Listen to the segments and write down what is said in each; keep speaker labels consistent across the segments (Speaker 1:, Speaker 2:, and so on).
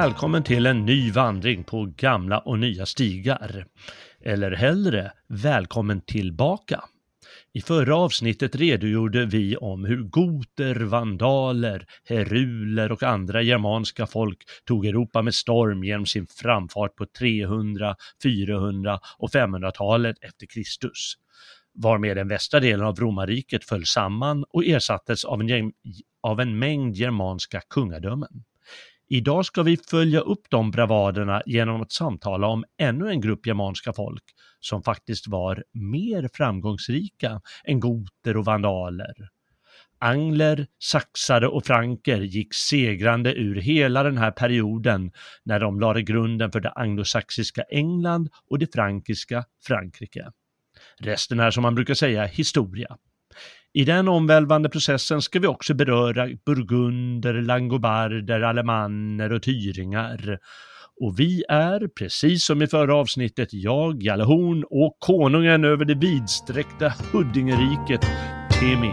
Speaker 1: välkommen till en ny vandring på gamla och nya stigar. Eller hellre, välkommen tillbaka. I förra avsnittet redogjorde vi om hur goter, vandaler, heruler och andra germanska folk tog Europa med storm genom sin framfart på 300, 400 och 500-talet efter Kristus. Varmed den västra delen av romarriket föll samman och ersattes av en mängd germanska kungadömen. Idag ska vi följa upp de bravaderna genom att samtala om ännu en grupp germanska folk som faktiskt var mer framgångsrika än goter och vandaler. Angler, saxare och franker gick segrande ur hela den här perioden när de lade grunden för det anglosaxiska England och det frankiska Frankrike. Resten är, som man brukar säga, historia. I den omvälvande processen ska vi också beröra burgunder, langobarder, alemanner och tyringar. Och vi är, precis som i förra avsnittet, jag, Jalle Horn och konungen över det vidsträckta Huddingeriket, Timmy.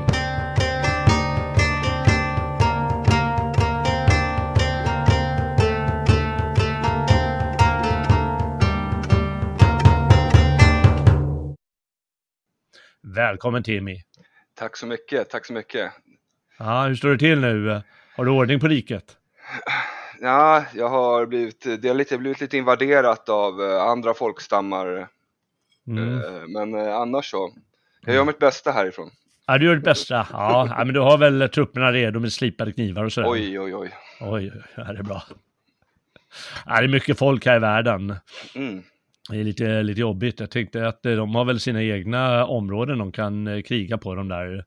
Speaker 1: Välkommen Timmy.
Speaker 2: Tack så mycket, tack så mycket.
Speaker 1: Ja, hur står det till nu? Har du ordning på riket?
Speaker 2: Ja, jag har blivit lite invaderat av andra folkstammar. Men annars så. Jag gör mitt bästa härifrån.
Speaker 1: Ja, du gör ditt bästa. Ja, men du har väl trupperna redo med slipade knivar och sådär.
Speaker 2: Oj.
Speaker 1: Oj, det är bra. Ja, det är mycket folk här i världen. Det är lite jobbigt. Jag tänkte att de har väl sina egna områden de kan kriga på, de där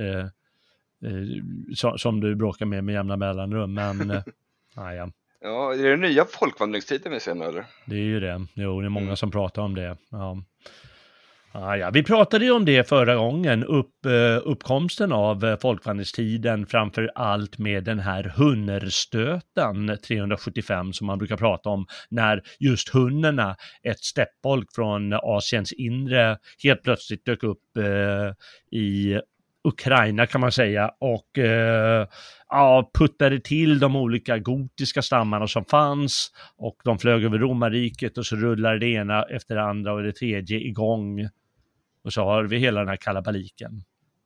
Speaker 1: som du bråkar med jämna mellanrum. Men ja.
Speaker 2: Ja, är det nya folkvandringstiden vi ser nu eller?
Speaker 1: Det är ju det. Jo, det är många som pratar om det. Ja. Vi pratade ju om det förra gången, uppkomsten av folkvandringstiden, framför allt med den här hunnerstöten 375 som man brukar prata om, när just hunnerna, ett steppfolk från Asiens inre, helt plötsligt dök upp i Ukraina kan man säga och puttade till de olika gotiska stammarna som fanns, och de flög över romarriket och så rullade det ena efter det andra och det tredje igång. Och så har vi hela den här kalabaliken.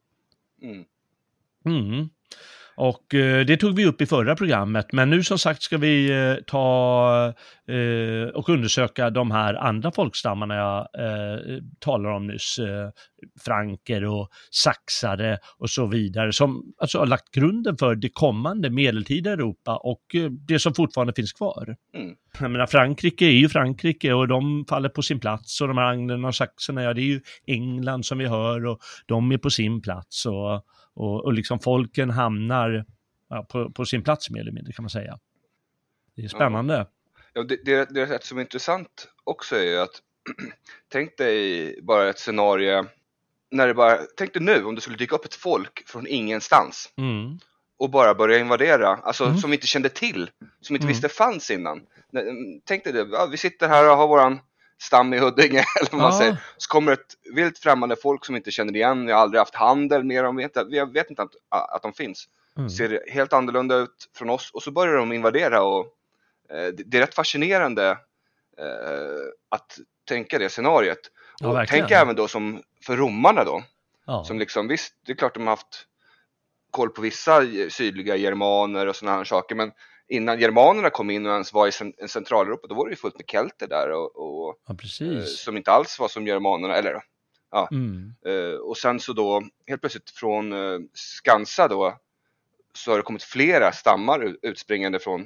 Speaker 1: Och det tog vi upp i förra programmet, men nu som sagt ska vi ta och undersöka de här andra folkstammarna jag talar om nyss, franker och saxare och så vidare, som alltså har lagt grunden för det kommande medeltida Europa och det som fortfarande finns kvar. Jag menar, Frankrike är ju Frankrike och de faller på sin plats, och de här anglerna och saxarna, ja, det är ju England som vi hör, och de är på sin plats, och liksom folken hamnar på sin plats mer eller mindre, kan man säga. Det är spännande.
Speaker 2: Ja, det är rätt som är intressant också är ju att tänk dig bara ett scenario tänk dig nu om det skulle dyka upp ett folk från ingenstans och bara börja invadera, alltså som vi inte kände till, som inte visste fanns innan. Tänk dig det, vi sitter här och har våran stam i Huddinge eller vad man säger, så kommer ett vilt främmande folk som inte känner igen, jag har aldrig haft handel med dem, vi vet inte att de finns, ser helt annorlunda ut från oss, och så börjar de invadera, och det är rätt fascinerande att tänka det scenariet. Och tänk även då som för romarna då, som liksom, visst, det är klart de har haft koll på vissa sydliga germaner och såna här saker, men innan germanerna kom in och ens var i Centraleuropa, då var det ju fullt med kelter där och som inte alls var som germanerna, eller och sen så då helt plötsligt från Skansa då så har det kommit flera stammar utspringande från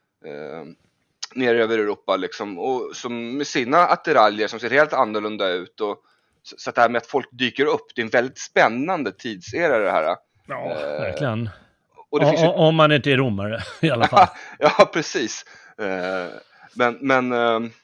Speaker 2: ner över Europa liksom, och som med sina attiraljer som ser helt annorlunda ut, och så att det här med att folk dyker upp, det är en väldigt spännande tidsera det här.
Speaker 1: Ja, verkligen.
Speaker 2: Och det finns ju...
Speaker 1: Om man inte är romare i alla fall.
Speaker 2: Ja, precis. Men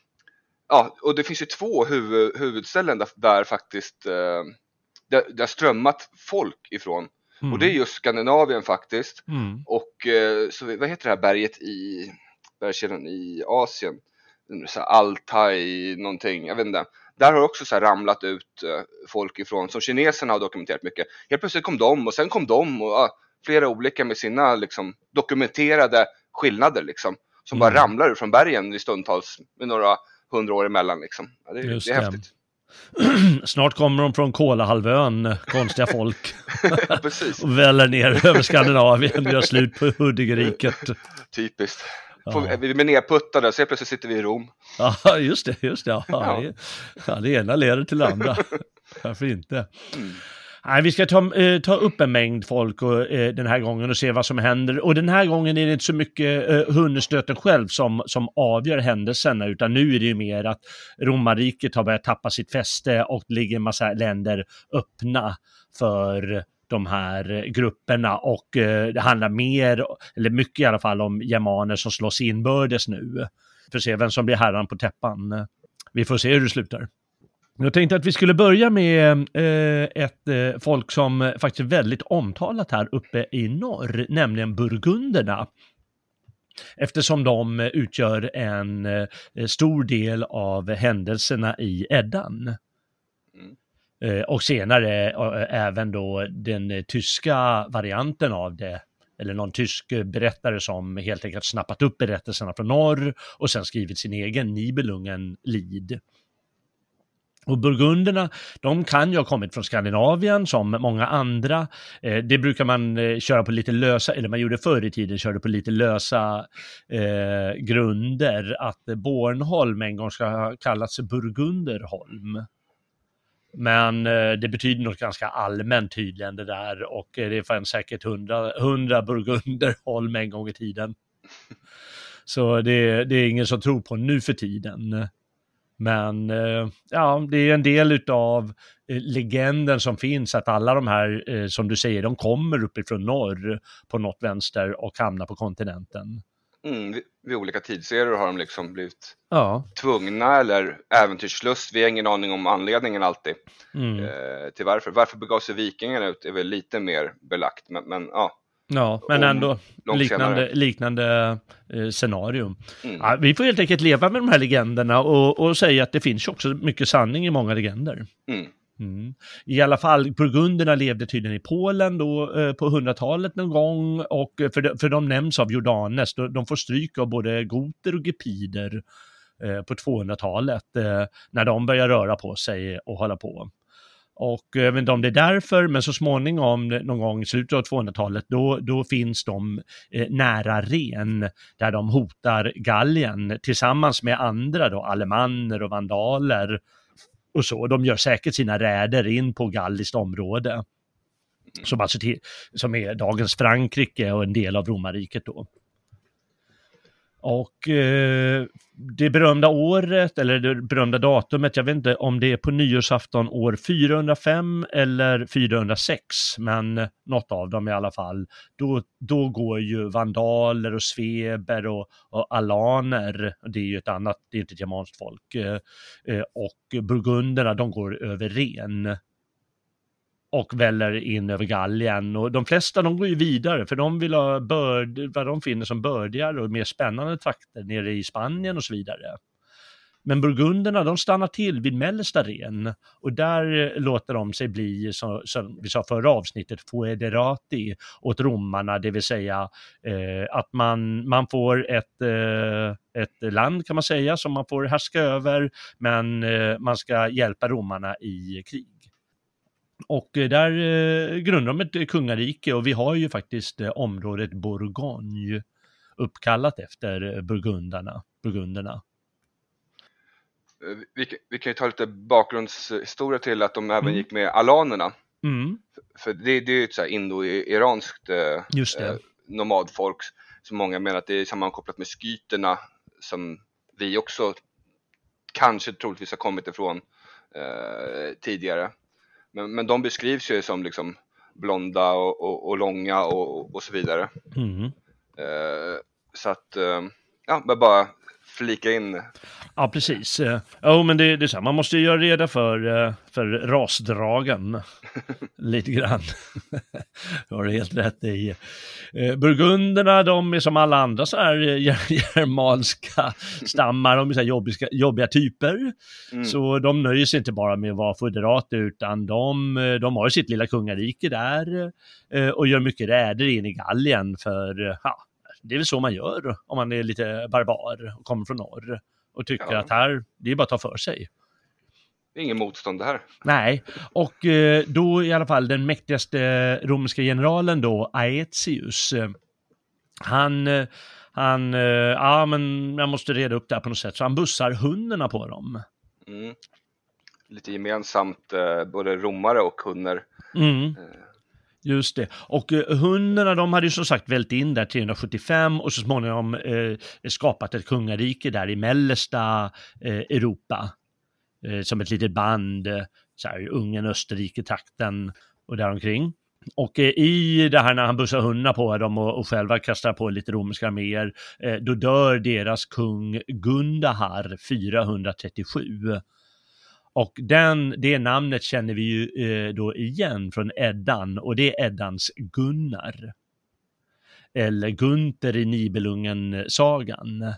Speaker 2: och det finns ju två huvudställen där faktiskt det har strömmat folk ifrån. Och det är just Skandinavien faktiskt. Och så vad heter det här berget i bergskedjan i Asien? Så Altai någonting, jag vet inte. Där har också så här ramlat ut folk ifrån, som kineserna har dokumenterat mycket. Helt plötsligt kom de, och sen kom de, och flera olika med sina liksom dokumenterade skillnader liksom. som bara ramlar ur från bergen i stundtals med några 100 år emellan liksom. Ja, det är häftigt.
Speaker 1: Snart kommer de från Kolahalvön, konstiga folk.
Speaker 2: Precis.
Speaker 1: Och väller ner över Skandinavien och gör slut på Huddingeriket.
Speaker 2: Typiskt. Vi är nerputtade, så plötsligt sitter vi i Rom.
Speaker 1: Ja, just det. Ja, det ena leder till det andra. Varför inte? Nej, vi ska ta upp en mängd folk den här gången och se vad som händer. Och den här gången är det inte så mycket hungerstöten själv som avgör händelserna, utan nu är det ju mer att romarriket har börjat tappa sitt fäste och det ligger en massa länder öppna för de här grupperna, och det handlar mycket i alla fall om germaner som slåss inbördes nu. För att se vem som blir herran på täppan. Vi får se hur det slutar. Jag tänkte att vi skulle börja med ett folk som faktiskt är väldigt omtalat här uppe i norr, nämligen burgunderna. Eftersom de utgör en stor del av händelserna i Eddan. Och senare även då den tyska varianten av det, eller någon tysk berättare som helt enkelt snappat upp berättelserna från norr och sen skrivit sin egen Nibelungen Lid. Och burgunderna, de kan ju ha kommit från Skandinavien som många andra. Det brukar man köra på lite lösa, eller man gjorde förr i tiden, körde på lite lösa grunder. Att Bornholm en gång ska ha kallats Burgunderholm. Men det betyder något ganska allmänt tydligen det där, och det fanns säkert 100 Burgunderholm en gång i tiden. Så det är ingen som tror på nu för tiden. Men ja, det är en del av legenden som finns, att alla de här, som du säger, de kommer uppifrån norr på något vänster och hamnar på kontinenten.
Speaker 2: Vid olika tidsserier har de liksom blivit tvungna, eller äventyrslust. Vi har ingen aning om anledningen alltid till varför. Varför begav sig vikingarna ut är väl lite mer belagt, men ja.
Speaker 1: Ja, men ändå liknande scenarium. Ja, vi får helt enkelt leva med de här legenderna och säga att det finns också mycket sanning i många legender. I alla fall, burgunderna levde tydligen i Polen då, på 100-talet någon gång, och för de nämns av Jordanes. De får stryk av både goter och gepider på 200-talet när de börjar röra på sig och hålla på. Och jag vet inte om det är därför, men så småningom någon gång i slutet av 200-talet då finns de nära Ren, där de hotar Gallien tillsammans med andra då, alemanner och vandaler och så. De gör säkert sina räder in på galliskt område som är dagens Frankrike och en del av romarriket då. Och det berömda året, eller det berömda datumet, jag vet inte om det är på nyårsafton år 405 eller 406, men något av dem i alla fall. Då går ju vandaler och sveber och alaner, det är ju det är inte ett germanskt folk, och burgunderna, de går över Ren och väller in över Gallien, och de flesta de går ju vidare för de vill ha vad de finner som bördigare och mer spännande trakter nere i Spanien och så vidare. Men burgunderna, de stannar till vid mellersta Ren, och där låter de sig bli, som vi sa förra avsnittet, foederati åt romarna, det vill säga att man får ett land kan man säga som man får härska över, men man ska hjälpa romarna i krig. Och där grundar de ett kungarike, och vi har ju faktiskt området Bourgogne uppkallat efter burgunderna.
Speaker 2: Vi kan ju ta lite bakgrundshistoria till att de även gick med alanerna. För det är ju ett så här indo-iranskt nomadfolk, som många menar att det är sammankopplat med skyterna, som vi också kanske troligtvis har kommit ifrån tidigare. Men de beskrivs ju som liksom blonda och långa och så vidare. Så att, bara flika in.
Speaker 1: Ja, precis. Men det är så. Man måste ju göra reda för rasdragen lite grann. Du har helt rätt i. Burgunderna, de är som alla andra så här germanska stammar, de är så här jobbiga typer. Så de nöjer sig inte bara med att vara foederater, utan de har sitt lilla kungarike där och gör mycket räder in i Gallien för det är väl så man gör om man är lite barbar och kommer från norr och tycker att här, det är bara att ta för sig.
Speaker 2: Det är ingen motstånd det här.
Speaker 1: Nej, och då i alla fall den mäktigaste romerska generalen då, Aetius, men jag måste reda upp det här på något sätt, så han bussar hundarna på dem.
Speaker 2: Lite gemensamt, både romare och hunnar.
Speaker 1: Just det. Och hundarna, de hade ju som sagt vält in där 375 och så småningom skapat ett kungarike där i mellersta Europa. Som ett litet band, så här, Ungern, Österrike, trakten och däromkring. Och i det här när han bussar hundarna på dem och själva kastar på lite romerska arméer, då dör deras kung Gundahar 437. Och det namnet känner vi ju då igen från Eddan, och det är Eddans Gunnar. Eller Gunther i Nibelungen-sagan.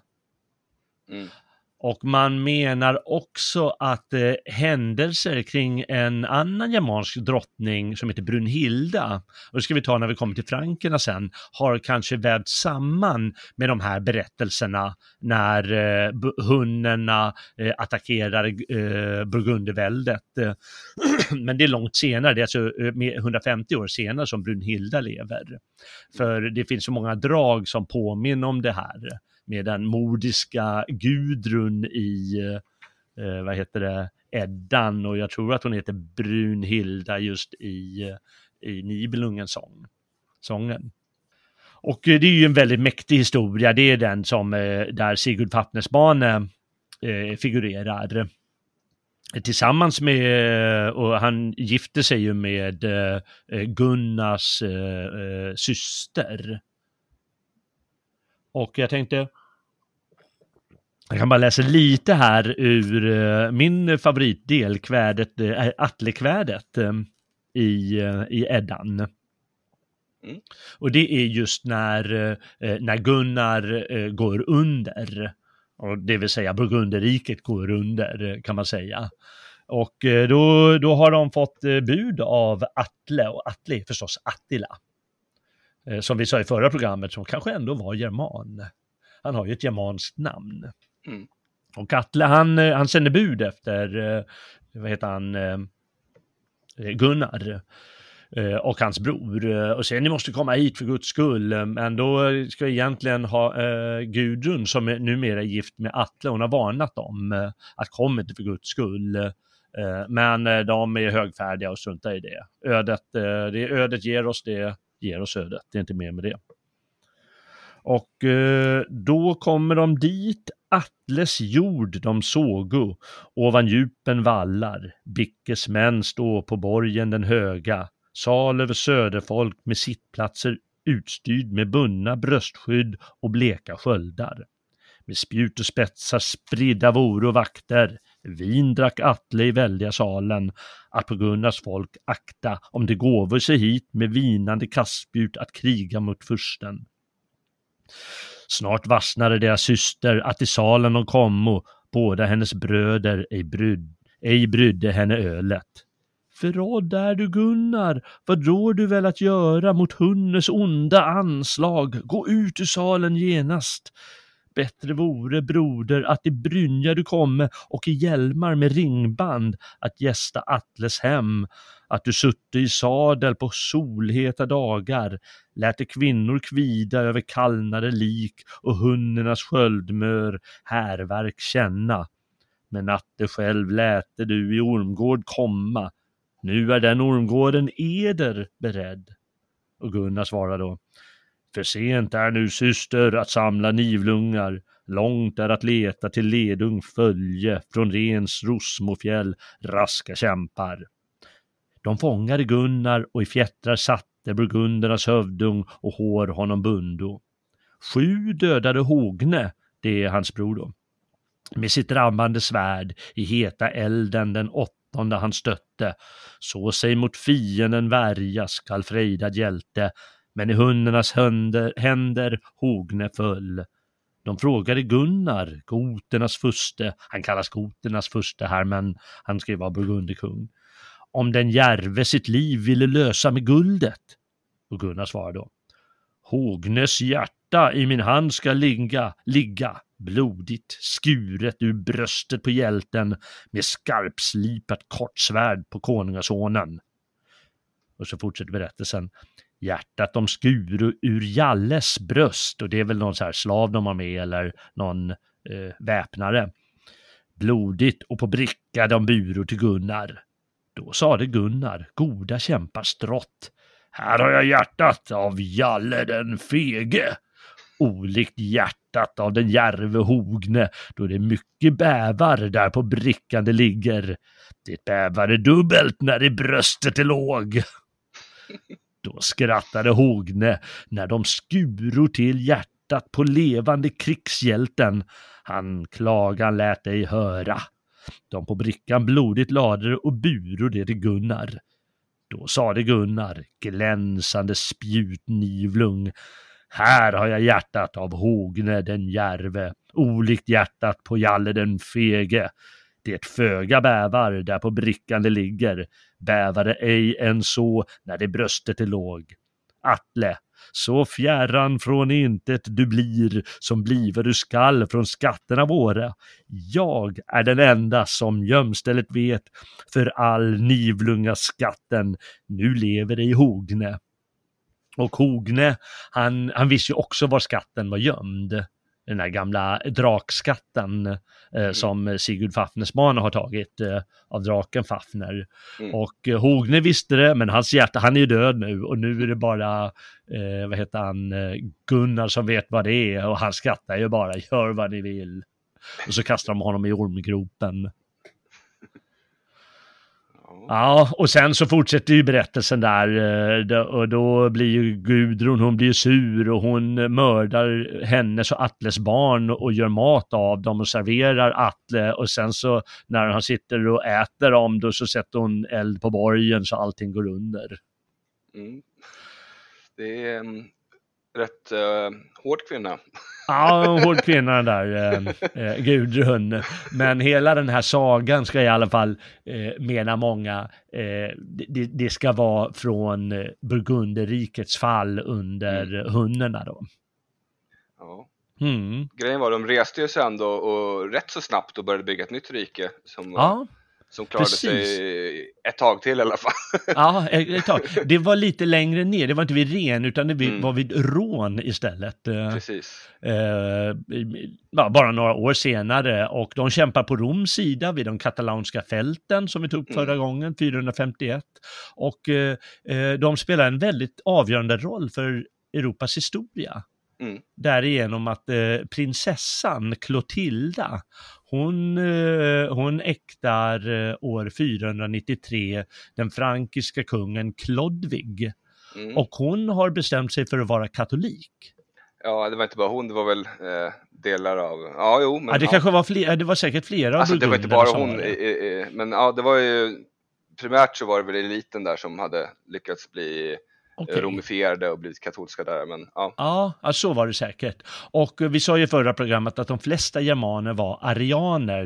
Speaker 1: Och man menar också att händelser kring en annan germansk drottning som heter Brunhilda, och det ska vi ta när vi kommer till frankerna sen, har kanske vävts samman med de här berättelserna när hundarna attackerar Burgundeväldet. Men det är långt senare, det är alltså 150 år senare som Brunhilda lever. För det finns så många drag som påminner om det här. Med den mordiska Gudrun i Eddan, och jag tror att hon heter Brunhilda just i Nibelungens sången. Och det är ju en väldigt mäktig historia, det är den som där Sigurd Fafnersbane figurerar tillsammans med, och han gifte sig ju med Gunnars syster. Och jag tänkte, jag kan bara läsa lite här ur min favoritdel, Atlekvädet i Eddan. Och det är just när Gunnar går under, och det vill säga Burgunderriket går under, kan man säga. Och då har de fått bud av Atle, och Atle är förstås Attila. Som vi sa i förra programmet, som kanske ändå var german. Han har ju ett germanskt namn. Och Atle, han sänder bud efter Gunnar och hans bror. Och säger, ni måste komma hit för Guds skull. Men då ska egentligen ha Gudrun, som är numera gift med Atle, hon har varnat dem att komma inte för Guds skull. Men de är högfärdiga och struntar i det. Ödet ger oss det. Ger oss ödet, det är inte mer med det. Och då kommer de dit, Atles jord de sågo, ovan djupen vallar, Bickes män stå på borgen den höga, sal över söderfolk med sittplatser utstyrd med bundna bröstskydd och bleka sköldar. Med spjut och spetsar spridda voro vakter, vin drack Atle i väldiga salen, att på Gunnars folk akta om det gåvor sig hit med vinande kastspjut att kriga mot fursten. Snart varsnade deras syster att i salen de kommo, båda hennes bröder ej brydde henne ölet. Förrådd är du Gunnar, vad rår du väl att göra mot hunnes onda anslag, gå ut ur salen genast. Bättre vore, broder, att i brynja du komme och i hjälmar med ringband att gästa Atles hem, att du sutte i sadel på solheta dagar, lärte kvinnor kvida över kallnade lik och hundernas sköldmör härverk känna. Men att det själv läte du i ormgård komma, nu är den ormgården eder beredd. Och Gunnar svarar då, för sent är nu syster att samla nivlungar, långt är att leta till ledung följe från Rens Rosmofjäll raska kämpar. De fångade Gunnar och i fjättrar satte burgundernas hövdung och hår honom bundo. 7 dödade Hogne, det är hans bror då, med sitt rammande svärd i heta elden den 8:e han stötte. Så sig mot fienden värja skall frejdad hjälte, men i hundarnas händer Hogne föll. De frågade Gunnar, goternas furste, han kallas goternas furste här, men han ska ju vara burgundekung, om den järve sitt liv ville lösa med guldet. Och Gunnar svarade då, Hognes hjärta hjärta i min hand ska ligga blodigt skuret ur bröstet på hjälten med skarpslipat kortsvärd på konungasonen. Och så fortsätter berättelsen. Hjärtat de skur ur Jalles bröst, och det är väl någon så här slav de har med eller någon väpnare. Blodigt och på bricka de buro till Gunnar. Då sade Gunnar, goda kämpar strått. Här har jag hjärtat av Jalle den fege. Olikt hjärtat av den järve Hogne, då det mycket bävar där på brickan det ligger. Det bävade dubbelt när i bröstet är låg. Då skrattade Hogne när de skuro till hjärtat på levande krigshjälten. Han klagan lät ej höra. De på brickan blodigt lade och buro det till Gunnar. Då sade Gunnar, glänsande spjutnivlung. Här har jag hjärtat av Hogne den järve, olikt hjärtat på Jalle den fege. Det föga bävar där på brickan det ligger, bävade ej än så när det bröstet är låg. Atle, så fjärran från intet du blir, som bliver du skall från skatterna våra. Jag är den enda som gömstället vet, för all nivlunga skatten, nu lever i Hogne. Och Hogne, han visste ju också var skatten var gömd. Den här gamla drakskatten som Sigurd Fafnersman har tagit av draken Fafner. Och Hogne visste det, men hans hjärta, han är ju död nu. Och nu är det bara, Gunnar som vet vad det är. Och han skrattar ju bara, gör vad ni vill. Och så kastar de honom i ormgropen. Ja, och sen så fortsätter ju berättelsen där och då blir ju Gudrun, hon blir sur och hon mördar hennes och Atles barn och gör mat av dem och serverar Atle, och sen så när han sitter och äter dem då så sätter hon eld på borgen så allting går under.
Speaker 2: Det är en rätt hård kvinna.
Speaker 1: Ja, en hård kvinna där, Gudrun. Men hela den här sagan ska i alla fall, mena många, det ska vara från Burgunderrikets fall under hundarna då.
Speaker 2: Ja. Grejen var, de reste ju sen då och rätt så snabbt och började bygga ett nytt rike som klarade sig ett tag till i alla fall.
Speaker 1: Ja, ett tag. Det var lite längre ner. Det var inte vid Ren utan det var vid Rån istället.
Speaker 2: Precis.
Speaker 1: Bara några år senare. Och de kämpar på Roms sida vid de katalanska fälten som vi tog förra gången, 451. Och de spelar en väldigt avgörande roll för Europas historia. Därigenom att prinsessan Clotilda hon äktar år 493 den frankiska kungen Klodvig. Och hon har bestämt sig för att vara katolik.
Speaker 2: Ja, det var inte bara hon, det var väl delar av... Ja, jo. Men,
Speaker 1: det kanske var fler, det var säkert flera.
Speaker 2: Alltså det var inte bara hon, men ja, det var ju... Primärt så var det väl eliten där som hade lyckats bli... romifierade och blivit katolska där, men ja.
Speaker 1: Ja, så var det säkert. Och vi sa ju i förra programmet att de flesta germaner var arianer.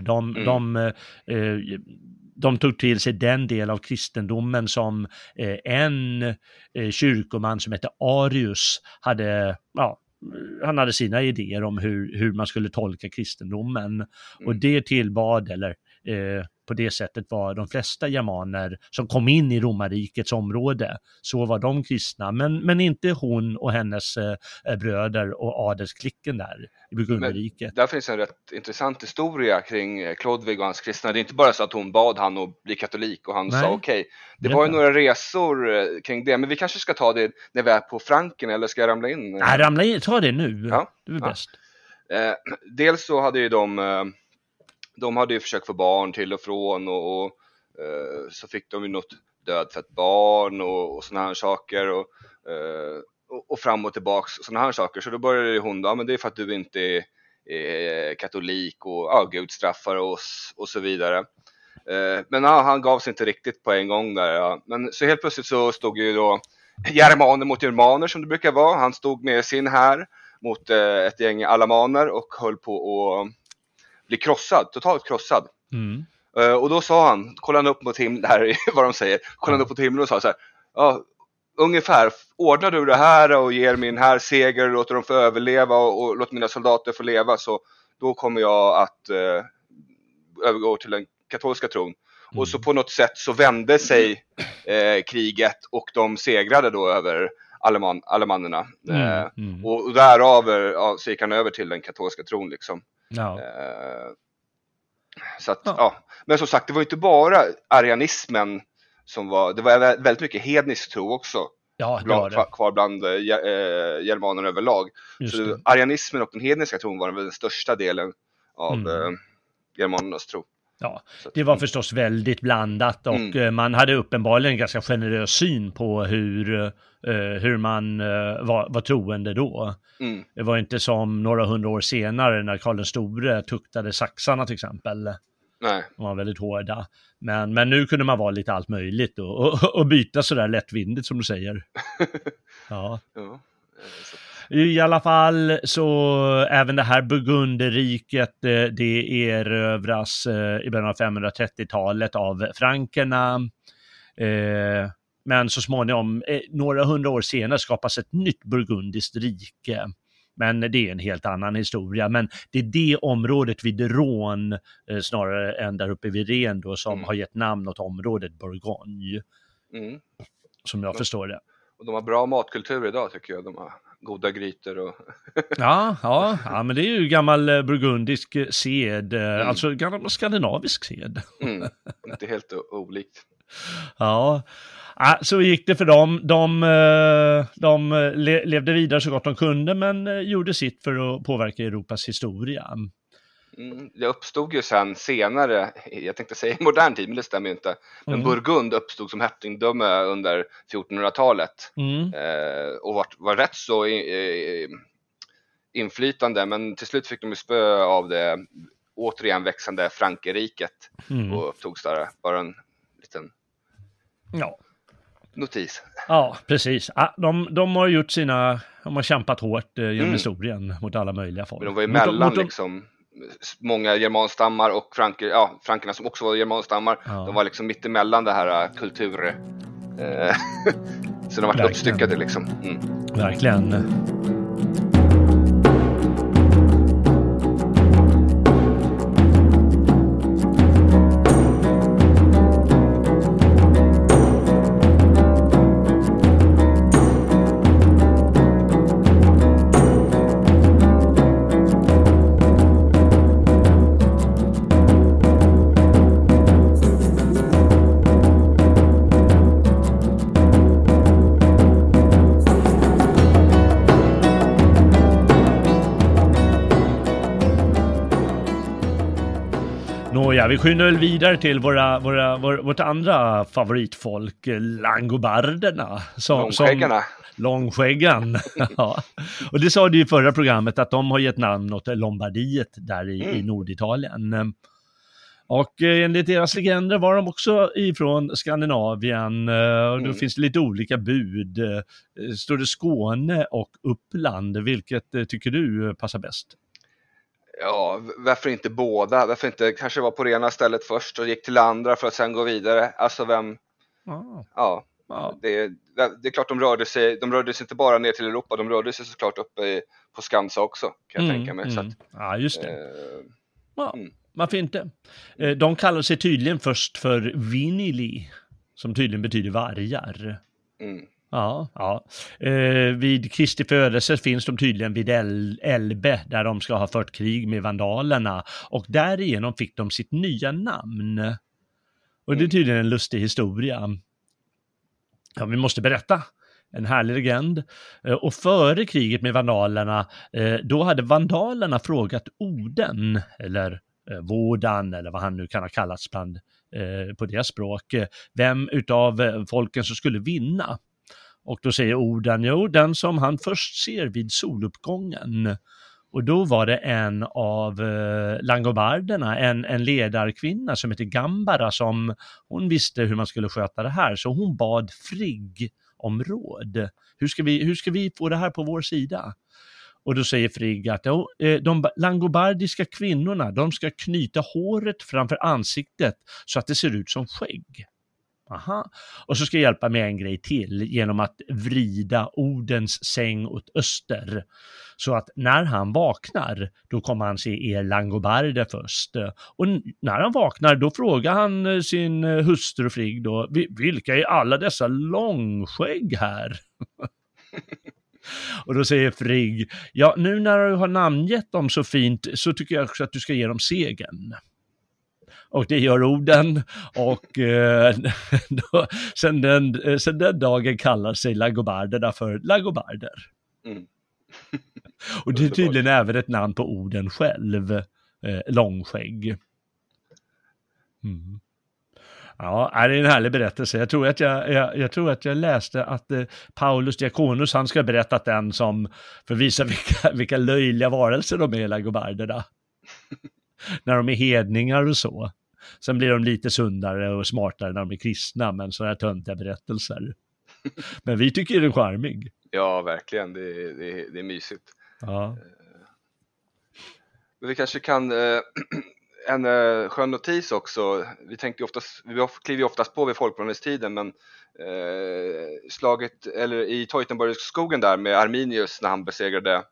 Speaker 1: De tog till sig den del av kristendomen som en kyrkoman som hette Arius hade, han hade sina idéer om hur man skulle tolka kristendomen. Och det tillbad, eller på det sättet var de flesta germaner som kom in i romarrikets område, så var de kristna, men inte hon och hennes bröder och adelsklicken där i Burgunderriket.
Speaker 2: Där finns en rätt intressant historia kring Klodvig och hans kristna. Det är inte bara så att hon bad han att bli katolik och han sa okej. Det var ju några resor kring det, men vi kanske ska ta det när vi är på Franken, eller ska jag ramla in?
Speaker 1: Nej, ramla in, ta det nu.
Speaker 2: Ja,
Speaker 1: det är bäst.
Speaker 2: Dels så hade ju de hade ju försökt få barn till och från och så fick de ju något dödfött barn och såna här saker och fram och tillbaks såna här saker. Så då började hon då, men det är för att du inte är katolik och Gud straffar oss och så vidare. Men han gav sig inte riktigt på en gång där. Ja. Men så helt plötsligt så stod ju då germaner mot germaner som det brukar vara. Han stod med sin här mot ett gäng alamaner och höll på att bli krossad, totalt krossad. Och då sa han, kollade han upp mot himlen, det här är vad de säger, kollade han upp mot himlen och sa så här, ungefär, ordnar du det här och ger min här seger och låter dem få överleva och låter mina soldater få leva, så då kommer jag att övergå till den katolska tron. Och så på något sätt så vände sig kriget och de segrade då över alemannerna. Och därav så gick han över till den katolska tron liksom.
Speaker 1: Ja.
Speaker 2: Så att, ja. Men som sagt, det var inte bara arianismen som var, det var väldigt mycket hednisk tro också.
Speaker 1: Ja,
Speaker 2: kvar bland germanerna överlag. Så arianismen och den hedniska tron var väl den största delen av germanernas tro.
Speaker 1: Ja, det var förstås väldigt blandat och man hade uppenbarligen en ganska generös syn på hur man var troende då. Det var inte som några 100 år senare när Karl den store tuktade saxarna till exempel.
Speaker 2: Nej.
Speaker 1: De var väldigt hårda. Men nu kunde man vara lite allt möjligt och byta sådär lättvindigt som du säger. Ja. I alla fall så även det här Burgunderriket, det erövras i början av 530-talet av frankerna. Men så småningom, några 100 år senare, skapas ett nytt burgundiskt rike. Men det är en helt annan historia. Men det är det området vid Rhône, snarare än där uppe vid Rhen då, som har gett namn åt området Bourgogne. Som jag förstår det.
Speaker 2: Och de har bra matkultur idag tycker jag. De har goda grytor och...
Speaker 1: ja, men det är ju gammal burgundisk sed. Alltså gammal skandinavisk sed.
Speaker 2: Inte helt olikt.
Speaker 1: Ja, så gick det för dem. De levde vidare så gott de kunde, men gjorde sitt för att påverka Europas historia.
Speaker 2: Det uppstod ju sen senare, jag tänkte säga i modern tid, men det stämmer ju inte. Men Burgund uppstod som hertigdöme under 1400-talet och var rätt så inflytande, men till slut fick de ju spö av det återigen växande Frankerriket och upptogs där bara en liten notis.
Speaker 1: Ja, precis. De har gjort de har kämpat hårt genom historien mot alla möjliga folk.
Speaker 2: Men de var ju mellan liksom många germanstammar och frankerna som också var germanstammar. De var liksom mitt emellan det här kultur. Så de var uppstyckade liksom.
Speaker 1: Verkligen. Nåja, vi skyndar väl vidare till vårt andra favoritfolk, langobarderna.
Speaker 2: Långskäggarna.
Speaker 1: Långskäggan. Ja. Och det sa du i förra programmet att de har gett namn åt Lombardiet där i Norditalien. Och enligt deras legender var de också ifrån Skandinavien. Och då finns det lite olika bud. Står det Skåne och Uppland? Vilket tycker du passar bäst?
Speaker 2: Ja, varför inte båda? Varför inte kanske vara på det ena stället först och gick till andra för att sen gå vidare? Alltså vem... Det är klart de rörde sig inte bara ner till Europa, de rörde sig såklart uppe på Skansa också, kan jag tänka mig. Så att,
Speaker 1: ja, just det. Varför inte? De kallar sig tydligen först för Vinili, som tydligen betyder vargar. Ja. Vid Kristi födelse finns de tydligen vid Elbe, där de ska ha fört krig med vandalerna, och därigenom fick de sitt nya namn. Och det är tydligen en lustig historia. Ja, vi måste berätta. En härlig legend. Och före kriget med vandalerna, då hade vandalerna frågat Oden, eller Vårdan, eller vad han nu kan ha kallats på deras språk, vem utav folken som skulle vinna. Och då säger Oden, den som han först ser vid soluppgången. Och då var det en av langobarderna, en ledarkvinna som heter Gambara, som hon visste hur man skulle sköta det här. Så hon bad Frigg om råd. Hur ska vi få det här på vår sida? Och då säger Frigg att de langobardiska kvinnorna, de ska knyta håret framför ansiktet så att det ser ut som skägg. Aha. Och så ska jag hjälpa med en grej till genom att vrida Odens säng åt öster. Så att när han vaknar, då kommer han se er langobarder först. Och när han vaknar, då frågar han sin hustru Frigg då, vilka är alla dessa långskägg här? Och då säger Frigg, ja nu när du har namngett dem så fint så tycker jag också att du ska ge dem segern. Och det gör Oden och sen den dagen kallar sig langobarderna för langobarder. Mm. Och det är tydligen även ett namn på Oden själv, långskägg. Mm. Ja, det är en härlig berättelse. Jag tror att jag läste att Paulus Diakonus, han ska ha berättat den som för att visa vilka löjliga varelser de är, langobarderna. När de är hedningar och så. Sen blir de lite sundare och smartare när de är kristna, men sådana här töntiga berättelser. Men vi tycker det är charmig.
Speaker 2: Ja, verkligen. Det är mysigt.
Speaker 1: Ja.
Speaker 2: Men vi kanske kan... En skön notis också. Vi kliver ju oftast på vid folkvandringstiden, men slaget eller i Teutoburgskogen där med Arminius när han besegrade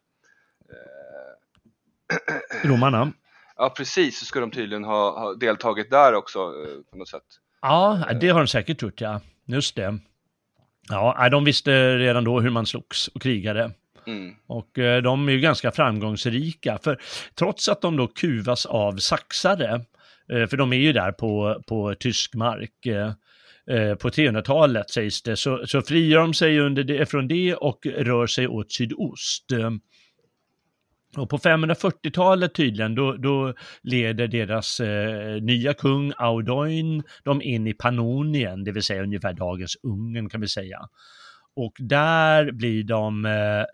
Speaker 1: romarna.
Speaker 2: Ja, precis, så ska de tydligen ha deltagit där också på något sätt.
Speaker 1: Ja, det har de säkert gjort, ja. Just det. Ja, de visste redan då hur man slogs och krigade. Mm. Och de är ju ganska framgångsrika, för trots att de då kuvas av saxare, för de är ju där på tysk mark på 300-talet sägs det, så frigör de sig från det och rör sig åt sydost. Och på 540-talet tydligen, då leder deras nya kung Audoin dem in i Pannonien, det vill säga ungefär dagens Ungern kan vi säga. Och där blir de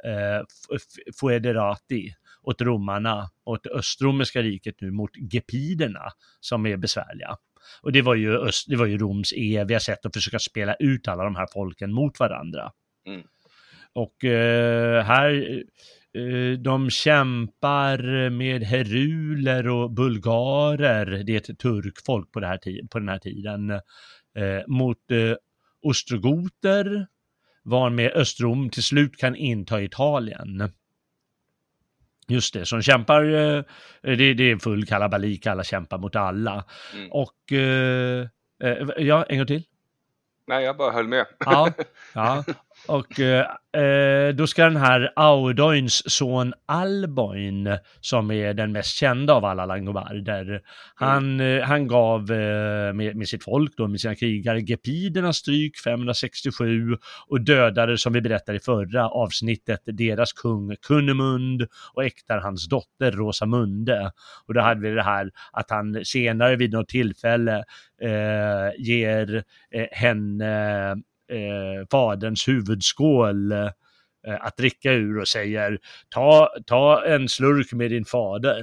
Speaker 1: foederati åt romarna, åt det östromerska riket nu, mot gepiderna som är besvärliga. Och det var ju Roms eviga sätt att försöka spela ut alla de här folken mot varandra. Mm. Och här de kämpar med heruler och bulgarer, det är ett turkfolk på den här tiden, mot ostrogoter, var med Östrom till slut kan inta Italien. Just det, som kämpar, det är full kalabalik, alla kämpar mot alla. Mm. Och, ja, en gång till.
Speaker 2: Nej, jag bara höll med.
Speaker 1: Ja. Och då ska den här Audoins son Alboin, som är den mest kända av alla langobarder, han gav med sitt folk då, med sina krigare, gepiderna stryk 567 och dödade, som vi berättade i förra avsnittet, deras kung Kunnemund och äktar hans dotter Rosamunde. Och då hade vi det här att han senare vid något tillfälle ger henne faderns huvudskål att dricka ur och säger ta en slurk med din fader.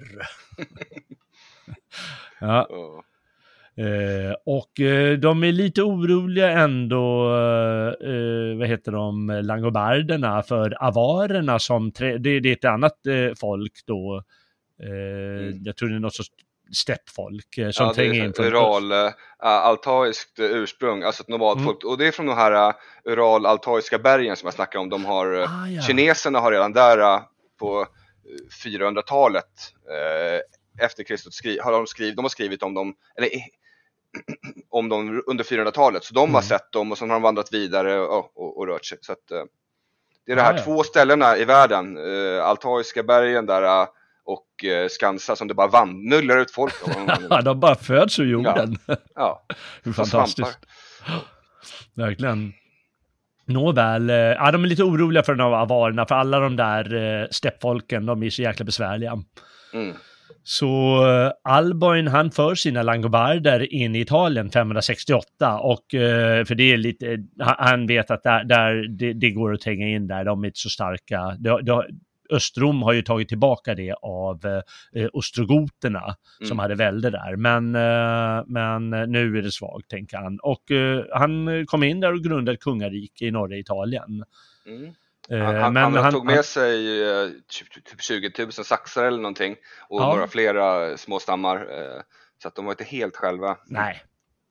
Speaker 1: Ja. Och de är lite oroliga ändå, vad heter de, langobarderna, för avarerna som det är ett annat folk då. Jag tror det är något sorts steppfolk som tränger in från
Speaker 2: altaiskt ursprung, alltså ett normalt folk, och det är från de här Ural-altaiska bergen som jag snackar om. De har kineserna har redan där på 400-talet efter Kristus de har skrivit om dem, eller om dem under 400-talet, så de har sett dem och sen har de vandrat vidare och rört sig, så att det är de här två ställena i världen, altaiska bergen där och Skansa, som det bara nullar ut folk.
Speaker 1: De bara föds ur jorden.
Speaker 2: Ja.
Speaker 1: Hur fantastiskt. Verkligen. Nåväl, de är lite oroliga för de här avarerna, för alla de där steppfolken, de är så jäkla besvärliga. Mm. Så Alboin, han för sina langobarder in i Italien 568, och för det är lite, han vet att det går att tränga in där, de är inte så starka. Östrom har ju tagit tillbaka det av ostrogoterna som hade välde där. Men nu är det svagt, tänker han. Och han kom in där och grundade ett kungarike i norra Italien.
Speaker 2: Han tog med sig typ 20 000 saxar eller någonting. Och några flera små stammar. Så att de var inte helt själva.
Speaker 1: Nej.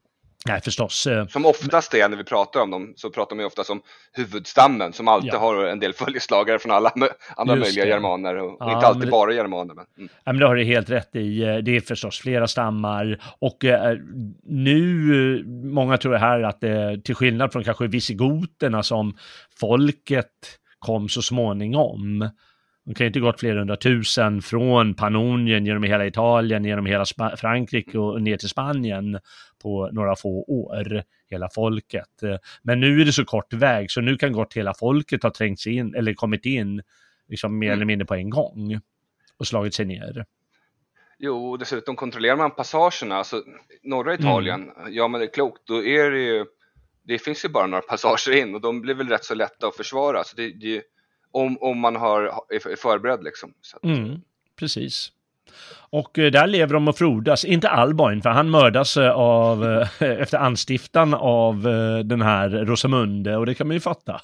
Speaker 1: Nej, förstås.
Speaker 2: Som oftast är när vi pratar om dem, så pratar man ju oftast om huvudstammen som alltid har en del följeslagare från alla andra möjliga germaner och inte alltid bara germaner.
Speaker 1: Men det har du helt rätt i. Det är förstås flera stammar och nu, många tror här att till skillnad från kanske visigoterna som folket kom så småningom. De kan ju inte gått flera 100 000 från Pannonien genom hela Italien, genom hela Frankrike och ner till Spanien på några få år, hela folket. Men nu är det så kort väg så nu kan gott hela folket ha trängt sig in eller kommit in liksom mer eller mindre på en gång och slagit sig ner.
Speaker 2: Jo, dessutom kontrollerar man passagerna, alltså norra Italien, ja men det är klokt, då är det ju, det finns ju bara några passager in och de blir väl rätt så lätta att försvara, så det om man är förberedd liksom. Så att,
Speaker 1: precis. Och där lever de och frodas, inte Alboin för han mördas efter anstiftan av den här Rosamunde och det kan man ju fatta.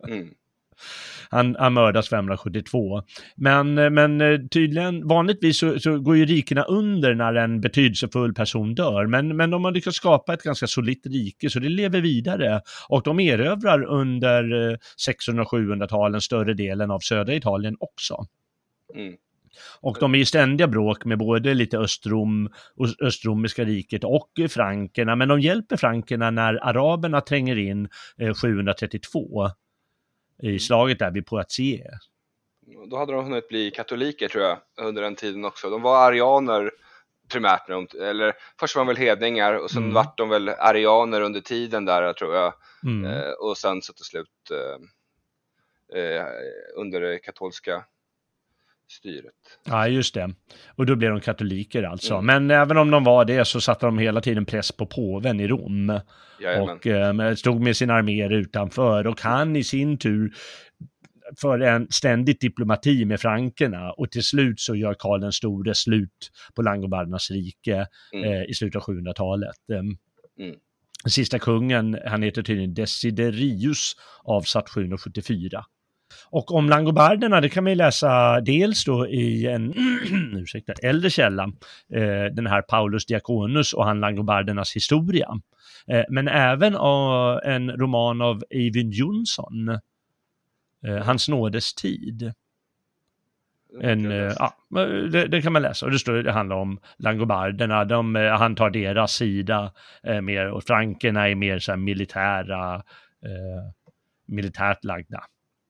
Speaker 1: Han mördas 572. Men tydligen, vanligtvis så går ju rikena under när en betydelsefull person dör. Men de har lyckats skapa ett ganska solitt rike så det lever vidare. Och de erövrar under 600- och 700-talen större delen av södra Italien också. Och de är i ständiga bråk med både lite östromiska riket och frankerna. Men de hjälper frankerna när araberna tränger in 732 i slaget där vid Poitiers.
Speaker 2: Då hade de hunnit bli katoliker tror jag under den tiden också. De var arianer primärt, eller först var de väl hedningar och sen vart de väl arianer under tiden där tror jag. Och sen så till slut under det katolska styret.
Speaker 1: Ja, just det. Och då blev de katoliker alltså. Men även om de var det så satte de hela tiden press på påven i Rom. Jajamän. Och stod med sina arméer utanför. Och han i sin tur för en ständigt diplomati med frankerna. Och till slut så gör Karl den store slut på Langobardernas rike i slutet av 700-talet. Sista kungen, han heter tydligen Desiderius, avsatt 774. Och om Langobarderna, det kan man ju läsa dels då i en äldre källa, den här Paulus Diaconus och han Langobardernas historia. Men även en roman av Eyvind Johnson, Hans nådes tid. Det kan man läsa och det handlar om Langobarderna, han tar deras sida mer och frankerna är mer så här militärt lagda.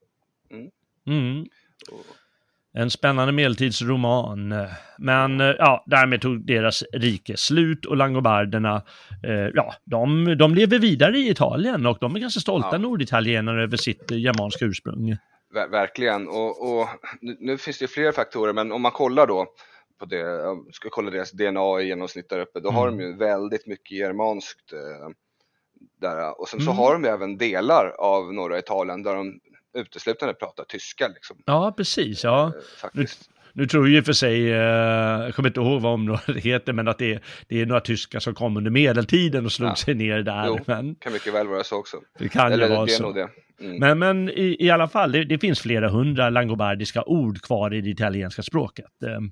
Speaker 1: En spännande medeltidsroman. Men därmed tog deras rike slut och Langobarderna de lever vidare i Italien och de är ganska stolta norditalienare över sitt germanska ursprung.
Speaker 2: Verkligen, och nu finns det ju fler faktorer, men om man kollar då på det, ska kolla deras DNA i genomsnitt där uppe, då har de ju väldigt mycket germanskt där, och sen så har de ju även delar av norra Italien där de uteslutande pratar tyska liksom.
Speaker 1: Ja, precis, ja. Faktiskt. Nu tror jag för sig, jag kommer inte ihåg vad området heter, men att det är några tyskar som kom under medeltiden och slog sig ner där.
Speaker 2: Jo,
Speaker 1: men
Speaker 2: kan mycket väl vara så också.
Speaker 1: Det kan ju vara så. Det. Men i alla fall, det finns flera hundra langobardiska ord kvar i det italienska språket.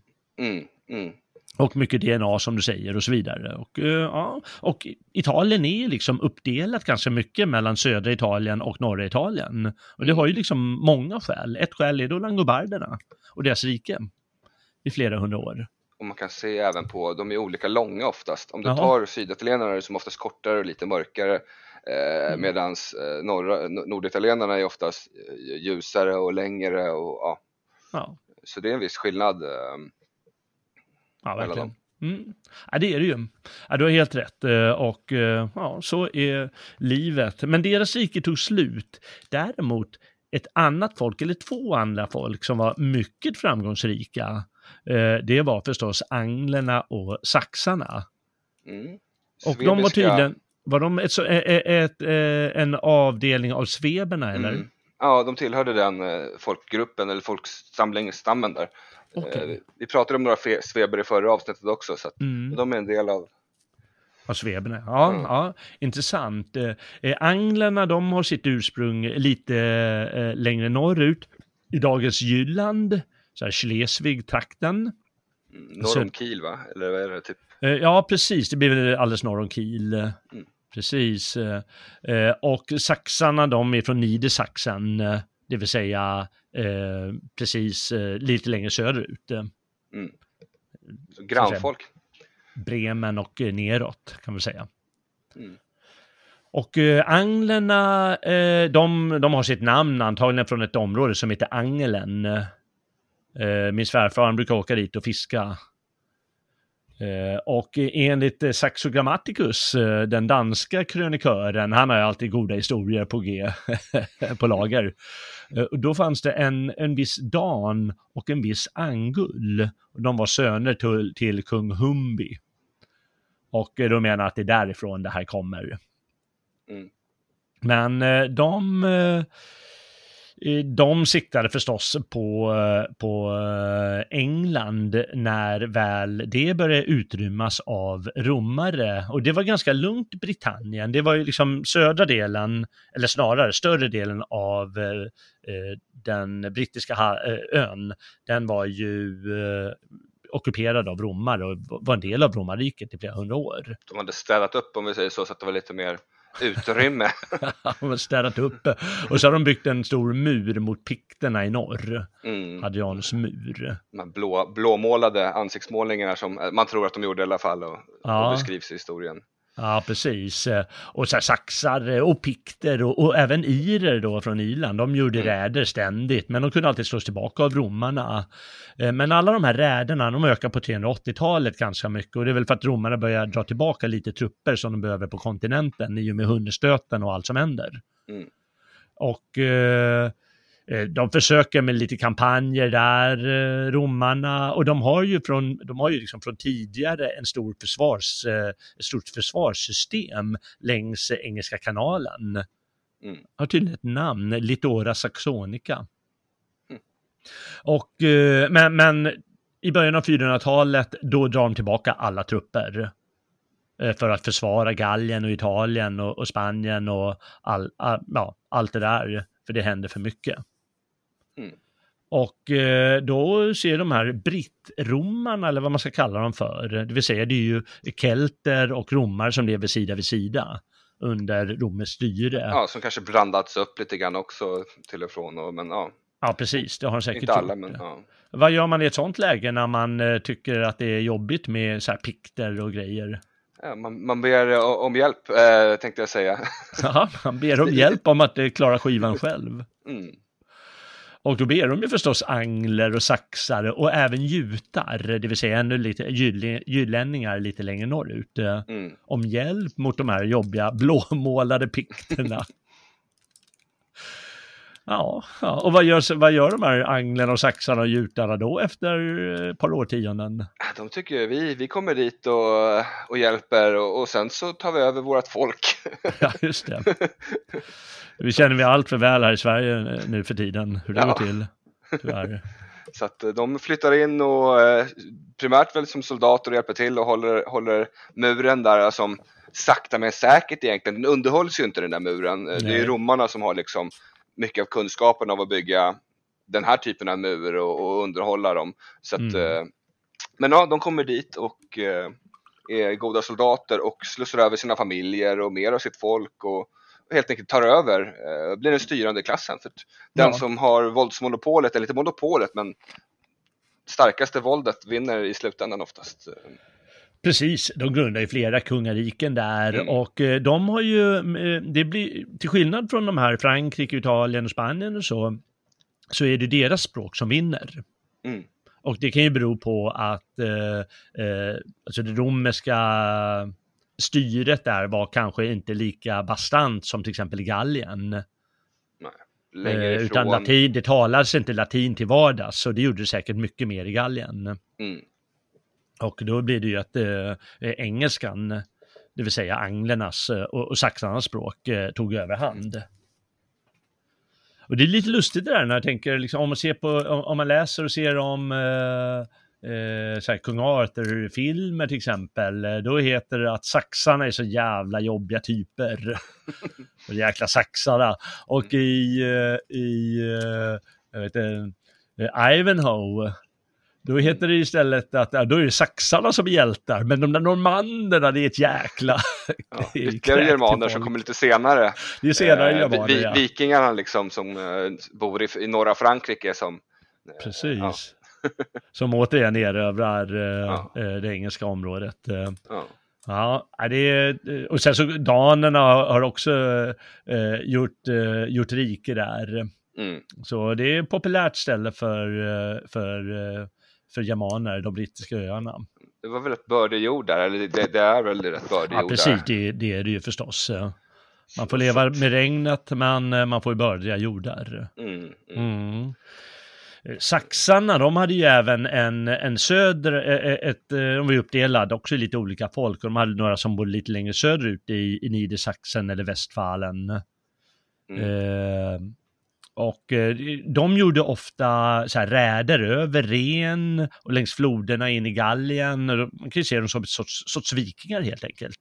Speaker 1: Och mycket DNA som du säger och så vidare. Och Italien är liksom uppdelat ganska mycket mellan södra Italien och norra Italien. Och det har ju liksom många skäl. Ett skäl är då Langobarderna och deras rike i flera hundra år. Och
Speaker 2: man kan se även på, de är olika långa oftast. Om du tar syditalienarna är som oftast kortare och lite mörkare. Medan norditalienarna är oftast ljusare och längre. Så det är en viss skillnad.
Speaker 1: Ja, verkligen. Ja, det är det ju. Ja, du har helt rätt. Och så är livet. Men deras rike tog slut. Däremot ett annat folk, eller två andra folk som var mycket framgångsrika, det var förstås anglerna och saxarna. Och de var tydligen, var de en avdelning av sveberna, eller?
Speaker 2: Ja, de tillhörde den folkgruppen, eller folksamlingsstammen där. Okay. Vi pratade om några sveber i förra avsnittet också, så att de är en del av
Speaker 1: sveberna. Ja, intressant. Anglerna, de har sitt ursprung lite längre norrut i dagens Jylland, så här Schleswig-trakten.
Speaker 2: Norr om Kiel, va? Eller vad är det typ?
Speaker 1: Ja, precis. Det blir väl alldeles norr om Kiel. Precis. Och saxarna, de är från Niedersachsen, det vill säga precis lite längre söderut.
Speaker 2: Så grannfolk.
Speaker 1: Bremen och neråt kan man säga. Och anglerna, de har sitt namn antagligen från ett område som heter Angelen. Min svärfar, han brukar åka dit och fiska. Och enligt Saxo Grammaticus, den danska krönikören, han har ju alltid goda historier på G på lager. Då fanns det en viss Dan och en viss Angull. De var söner till kung Humbi. Och då menar att det är därifrån det här kommer. Men de siktade förstås på England när väl det började utrymmas av romare. Och det var ganska lugnt Britannien. Det var ju liksom södra delen, eller snarare större delen av den brittiska ön. Den var ju ockuperad av romare och var en del av romarriket i flera hundra år.
Speaker 2: De hade städat upp, om vi säger så att det var lite mer utrymme.
Speaker 1: De hade städat upp. Och så har de byggt en stor mur mot pikterna i norr. Hadrianus mur.
Speaker 2: De blåmålade ansiktsmålningarna som man tror att de gjorde i alla fall och beskrivs i historien.
Speaker 1: Ja, precis. Och så här, saxar och pikter och även irer då från Irland, de gjorde räder ständigt, men de kunde alltid slås tillbaka av romarna. Men alla de här räderna, de ökar på 380-talet ganska mycket, och det är väl för att romarna börjar dra tillbaka lite trupper som de behöver på kontinenten i och med hungerstöten och allt som händer. Och de försöker med lite kampanjer där, romarna, och de har ju liksom från tidigare ett stort försvarssystem längs Engelska kanalen. Har tydligen ett namn, Littora Saxonica. Och men i början av 400-talet då drar de tillbaka alla trupper för att försvara Gallien och Italien och Spanien och allt det där, för det händer för mycket. Och då ser de här brittromarna, eller vad man ska kalla dem för, det vill säga det är ju kelter och romar som lever sida vid sida under romersk styre. Ja,
Speaker 2: som kanske blandats upp lite grann också till och från. Men
Speaker 1: ja, precis, det har de säkert
Speaker 2: inte alla,
Speaker 1: gjort.
Speaker 2: Men, ja.
Speaker 1: Vad gör man i ett sånt läge när man tycker att det är jobbigt med så här pikter och grejer?
Speaker 2: Ja, man ber om hjälp, tänkte jag säga.
Speaker 1: Ja, man ber om hjälp om att klara skivan själv. Och då ber de ju förstås angler och saxare och även jutar, det vill säga ännu lite jylänningar lite längre norrut, om hjälp mot de här jobbiga blåmålade pikterna. Ja, och vad gör de här anglerna och saxarna och jutarna då efter ett par årtionden?
Speaker 2: De tycker vi kommer dit och hjälper och sen så tar vi över vårt folk.
Speaker 1: Ja, just det. Vi känner vi allt för väl här i Sverige nu för tiden, hur det går till, tyvärr.
Speaker 2: Så att de flyttar in och primärt väl som soldater och hjälper till och håller muren där som sakta men säkert egentligen. Den underhålls ju inte, den där muren. Nej. Det är romarna som har liksom mycket av kunskapen av att bygga den här typen av mur och underhålla dem. Så att, men ja, de kommer dit och är goda soldater och slussar över sina familjer och mer av sitt folk och helt enkelt tar över, blir den styrande klassen. För den som har våldsmonopolet, eller inte monopolet, men starkaste våldet vinner i slutändan oftast.
Speaker 1: Precis, de grundar ju flera kungariken där och de har ju, det blir, till skillnad från de här Frankrike, Italien och Spanien och så är det deras språk som vinner. Och det kan ju bero på att alltså det romerska styret där var kanske inte lika bastant som till exempel i Gallien. Utan latin, det talades inte latin till vardags, så det gjorde det säkert mycket mer i Gallien. Och då blir det ju att engelskan, det vill säga anglernas och saxarnas språk, tog överhand. Och det är lite lustigt det där när jag tänker, liksom, om man läser och ser om så här, kung Arthur-filmer till exempel, då heter det att saxarna är så jävla jobbiga typer. Och jäkla saxarna. Och i Ivanhoe, Då heter det istället att då är det saxarna som är hjältar, men de där normanderna, det är ett jäkla...
Speaker 2: Ytterligare germaner som kommer lite senare.
Speaker 1: Det är senare germaner,
Speaker 2: vikingarna liksom, som bor i norra Frankrike som...
Speaker 1: Precis. Ja. Som återigen erövrar det engelska området. Ja, det är, och sen så danerna har också gjort rike där. Så det är ett populärt ställe för germaner, de brittiska öarna.
Speaker 2: Det var väl ett bördig jord där, eller det är väl rätt bördig jord där.
Speaker 1: Precis, det är det ju förstås. Man får leva med regnet, men man får ju bördiga jordar. Saxarna, de hade ju även en söder, de var ju uppdelade också i lite olika folk, och de hade några som bodde lite längre söderut i Niedersachsen eller Westfalen. Och de gjorde ofta så här räder över Ren och längs floderna in i Gallien. Man kan ju se dem som ett sorts vikingar helt enkelt.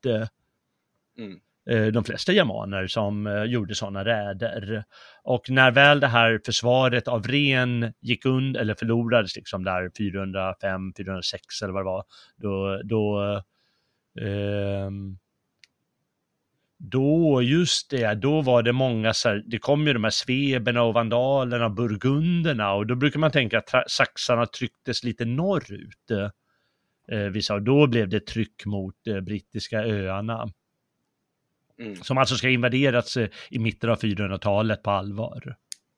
Speaker 1: De flesta germaner som gjorde sådana räder. Och när väl det här försvaret av Ren gick under, eller förlorades liksom där 405, 406 eller vad det var, då var det många, det kom ju de här sveberna och vandalerna, burgunderna, och då brukar man tänka att saxarna trycktes lite norrut. Då blev det tryck mot brittiska öarna. Som alltså ska invaderats i mitten av 400-talet på allvar.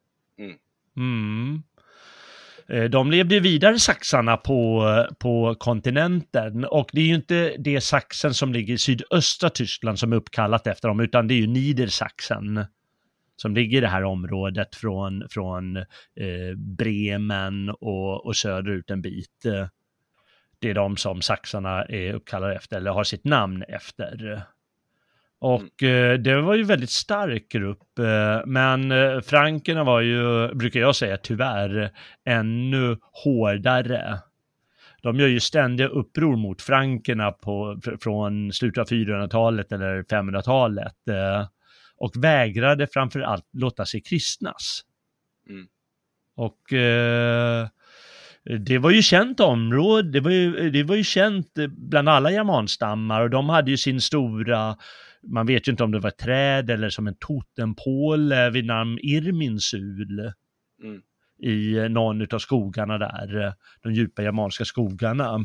Speaker 1: De levde vidare, saxarna, på kontinenten, och det är ju inte det Sachsen som ligger i sydöstra Tyskland som är uppkallat efter dem, utan det är ju Niedersachsen som ligger i det här området från Bremen och söderut en bit. Det är de som saxarna är uppkallade efter, eller har sitt namn efter. Och det var ju väldigt stark grupp, men frankerna var ju, brukar jag säga tyvärr, ännu hårdare. De gör ju ständiga uppror mot frankerna från slutet av 400-talet eller 500-talet, och vägrade framförallt låta sig kristnas. Och det var ju känt område, det var ju känt bland alla germanstammar, och de hade ju sin stora, man vet ju inte om det var ett träd eller som en totempåle vid namn Irminsul i någon av skogarna där, de djupa germanska skogarna.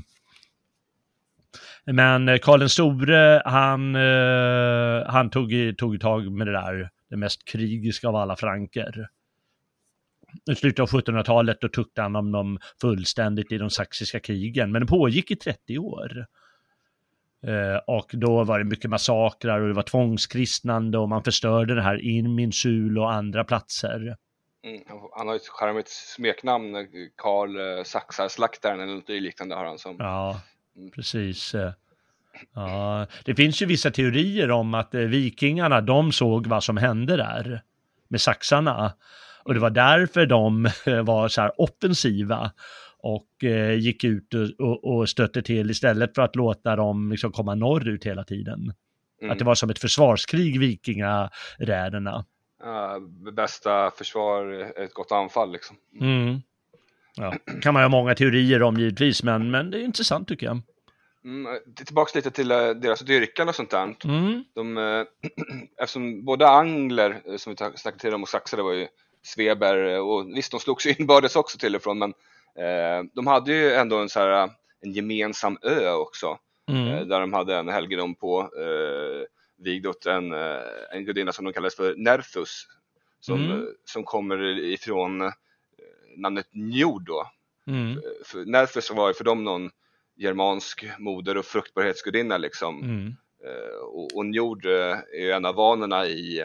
Speaker 1: Men Karl den store, han tog tag med det där, det mest krigiska av alla franker. I slutet av 1700-talet då tuktade han om dem fullständigt i de saxiska krigen, men det pågick i 30 år. Och då var det mycket massakrar och det var tvångskristnande, och man förstörde det här Irminsul och andra platser.
Speaker 2: Han har ju ett charmigt smeknamn, Karl Saxarslaktaren eller något liknande har han som.
Speaker 1: Ja, precis. Ja, det finns ju vissa teorier om att vikingarna, de såg vad som hände där med saxarna. Och det var därför de var så här offensiva och gick ut och stötte till istället för att låta dem liksom komma norrut hela tiden. Att det var som ett försvarskrig, vikingaräderna.
Speaker 2: Bästa försvar är ett gott anfall liksom.
Speaker 1: Ja, kan man ha många teorier om givetvis, men det är intressant tycker jag.
Speaker 2: Tillbaka lite till deras dyrkan och sånt där. Eftersom både angler, som vi snackade om, och saxare var ju sveber, och visst de slogs inbördes också till och från, men de hade ju ändå en gemensam ö också, där de hade en helgedom på vigd åt en gudinna som de kallades för Nerthus, som kommer ifrån namnet Njord då. För Nerthus var ju för dem någon germansk moder och fruktbarhetsgudinna liksom. Och Njord är ju en av vanorna i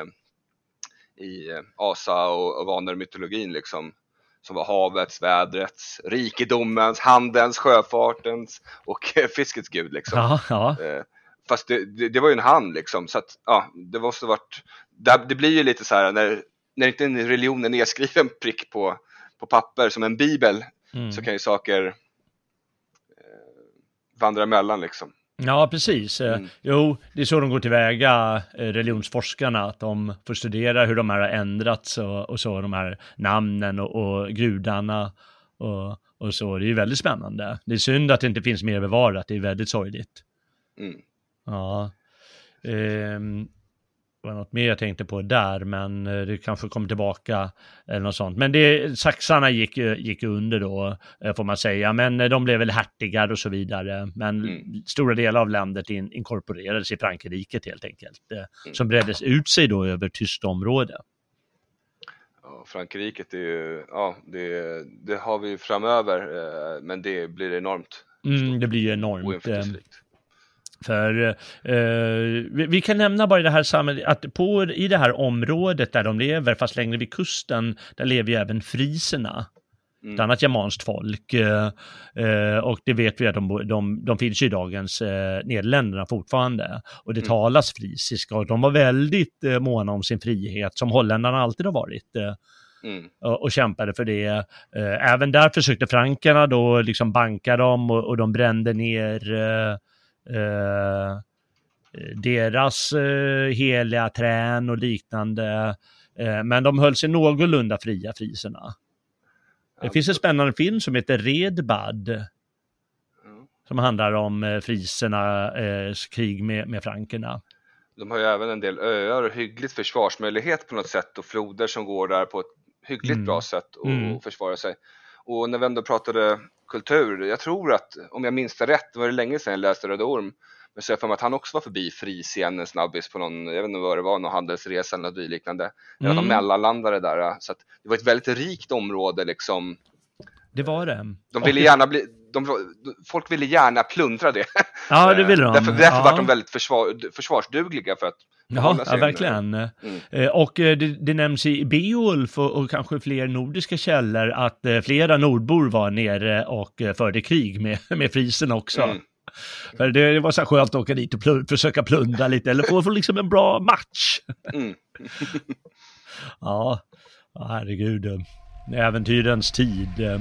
Speaker 2: asa och vaner-mytologin liksom, som var havets, vädrets, rikedomens, handelns, sjöfartens och fiskets gud liksom.
Speaker 1: Ja.
Speaker 2: Fast det var ju en hand liksom, så att det måste varit, det blir ju lite så här när inte en religion är nedskriven prick på papper som en bibel, så kan ju saker vandra emellan liksom.
Speaker 1: Ja, precis. Jo, det är så de går tillväga, religionsforskarna, att de får studera hur de här har ändrats och så, de här namnen och gudarna och så. Det är ju väldigt spännande. Det är synd att det inte finns mer bevarat. Det är väldigt sorgligt. Ja. Det var något mer jag tänkte på där, men det kanske kommer tillbaka eller något sånt. Men saxarna gick under då, får man säga. Men de blev väl hertigar och så vidare. Men stora delar av landet inkorporerades i Frankrike helt enkelt. Som breddes ut sig då över tyskt område.
Speaker 2: Ja, Frankrike är ju, det har vi framöver, men det blir enormt.
Speaker 1: Det blir enormt. För vi kan nämna bara i det här samhället att i det här området där de lever, fast längre vid kusten, där lever ju även friserna. Ett annat germanskt folk. Och det vet vi att de finns ju i dagens Nederländerna fortfarande. Och det talas frisiska, och de var väldigt måna om sin frihet, som holländarna alltid har varit. Och kämpade för det. Även där försökte frankerna då liksom banka dem, och de brände ner deras heliga trän och liknande, men de höll sig någorlunda fria, friserna. Det finns en spännande film som heter Redbad, som handlar om frisernas krig med frankerna.
Speaker 2: De har ju även en del öar och hyggligt försvarsmöjlighet på något sätt, och floder som går där på ett hyggligt bra sätt och försvara sig. Och när vi ändå pratade kultur, jag tror att, om jag minns det rätt, det var det länge sedan jag läste Röda Orm, men så jag för mig att han också var förbi Frisian en snabbis på någon, jag vet inte vad det var, någon handelsresa eller något liknande. Eller de mellanlandade där, så att det var ett väldigt rikt område liksom.
Speaker 1: Det var det.
Speaker 2: De ville gärna folk ville gärna plundra det.
Speaker 1: Ja, det ville de.
Speaker 2: Därför var de väldigt försvarsdugliga för att
Speaker 1: ja, verkligen. Och det nämns i Beowulf och kanske fler nordiska källor att flera nordbor var nere och förde krig med frisen också. För det var så skönt att åka dit och försöka plundra lite, eller få liksom en bra match. Ja, herregud. Äventyrens tid.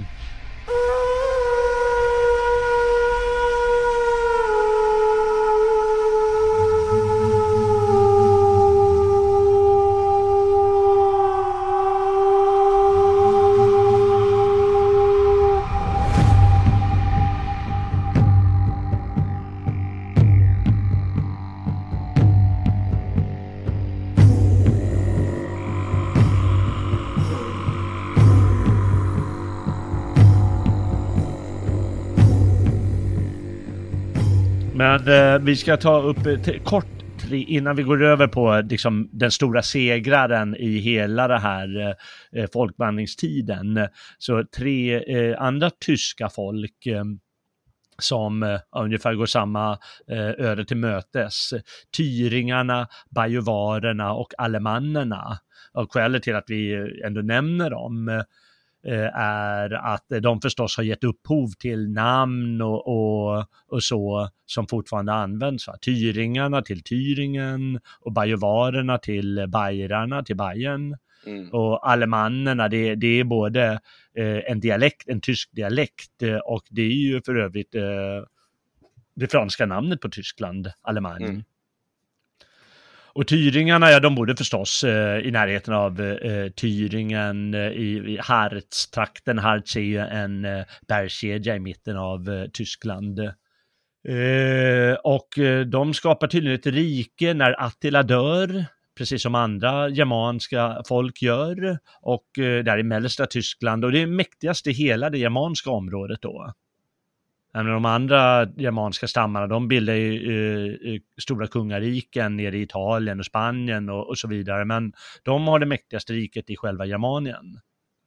Speaker 1: Men vi ska ta upp kort innan vi går över på liksom, den stora segraren i hela det här folkvandringstiden. Så 3 andra tyska folk som ungefär går samma öde till mötes. Tyringarna, bajuvarerna och alemannerna. Och skälet till att vi ändå nämner dem är att de förstås har gett upphov till namn och så som fortfarande används. Tyringarna till Tyringen och bajuvarerna till bajrarna till Bayern. Och alemannerna det är både en tysk dialekt, och det är ju för övrigt det franska namnet på Tyskland, Allemagne. Och tyringarna, de bodde förstås i närheten av Tyringen i Harz-trakten. Harz är ju en bergskedja i mitten av Tyskland. Och de skapar tydligen ett rike när Attila dör, precis som andra germanska folk gör, och där i mellersta Tyskland, och det är mäktigast i hela det germanska området då. Men de andra germanska stammarna, de bildar ju stora kungariken nere i Italien och Spanien och så vidare, men de har det mäktigaste riket i själva Germanien.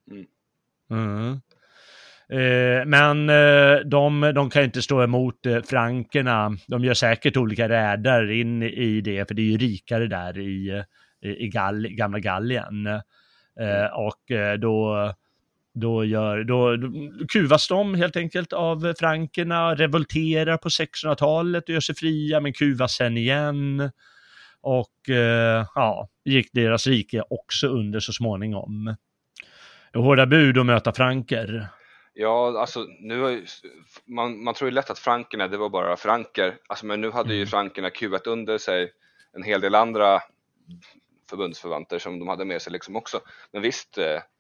Speaker 1: Men de kan inte stå emot frankerna. De gör säkert olika räder in i det, för det är ju rikare där i gamla Gallien. Och då kuvas de helt enkelt av frankerna, revolterar på 1600-talet och gör sig fria, men kuvas sen igen. Och gick deras rike också under så småningom. Hårda bud att möta franker.
Speaker 2: Ja, alltså nu man tror ju lätt att frankerna, det var bara franker. Alltså, men nu hade ju frankerna kuvat under sig en hel del andra förbundsförvanter som de hade med sig liksom också. Men visst,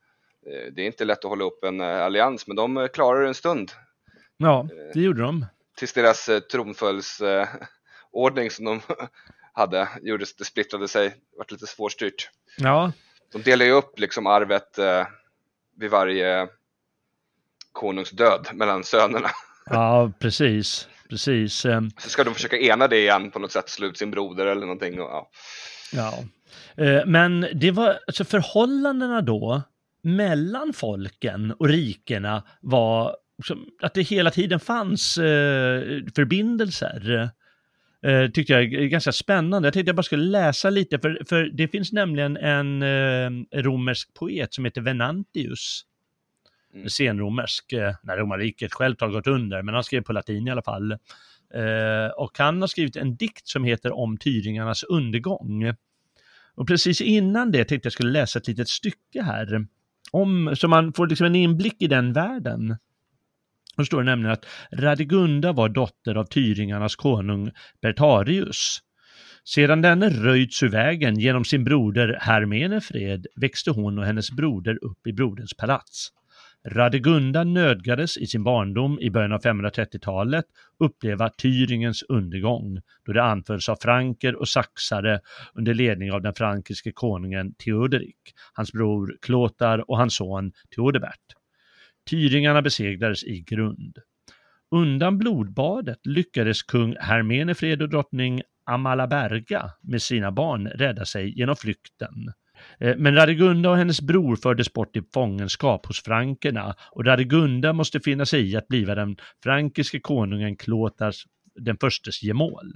Speaker 2: Det är inte lätt att hålla upp en allians, men de klarar det en stund.
Speaker 1: Ja, det gjorde de.
Speaker 2: Tills deras tronföljdsordning som de hade gjordes, det splittrade sig, vart lite svårstyrt.
Speaker 1: Ja.
Speaker 2: De delar ju upp liksom arvet vid varje konungs död mellan sönerna.
Speaker 1: Ja, precis.
Speaker 2: Så ska de försöka ena det igen på något sätt, slå ut sin broder eller någonting.
Speaker 1: Ja. Men det var alltså förhållandena då mellan folken och rikena var att det hela tiden fanns förbindelser. Tyckte jag är ganska spännande. Jag tänkte jag bara skulle läsa lite, för det finns nämligen en romersk poet som heter Venantius. Senromersk, när romarriket själv har gått under, men han skrev på latin i alla fall. Och han har skrivit en dikt som heter Om tyringarnas undergång. Och precis innan det tänkte jag skulle läsa ett litet stycke här, så man får liksom en inblick i den världen. Då står det nämligen att Radegunda var dotter av tyringarnas konung Bertarius. Sedan denne röjts ur vägen genom sin broder Hermenefred växte hon och hennes broder upp i broderns palats. Radegunda nödgades i sin barndom i början av 530-talet uppleva Tyringens undergång, då det anfölls av franker och saxare under ledning av den frankiske konungen Theoderik, hans bror Klotar och hans son Theodebert. Tyringarna besegrades i grund. Undan blodbadet lyckades kung Hermenefred och drottning Amalaberga med sina barn rädda sig genom flykten. Men Radegunda och hennes bror fördes bort i fångenskap hos frankerna, och Radegunda måste finna sig i att bliva den frankiske konungen Klotars den förstes gemål.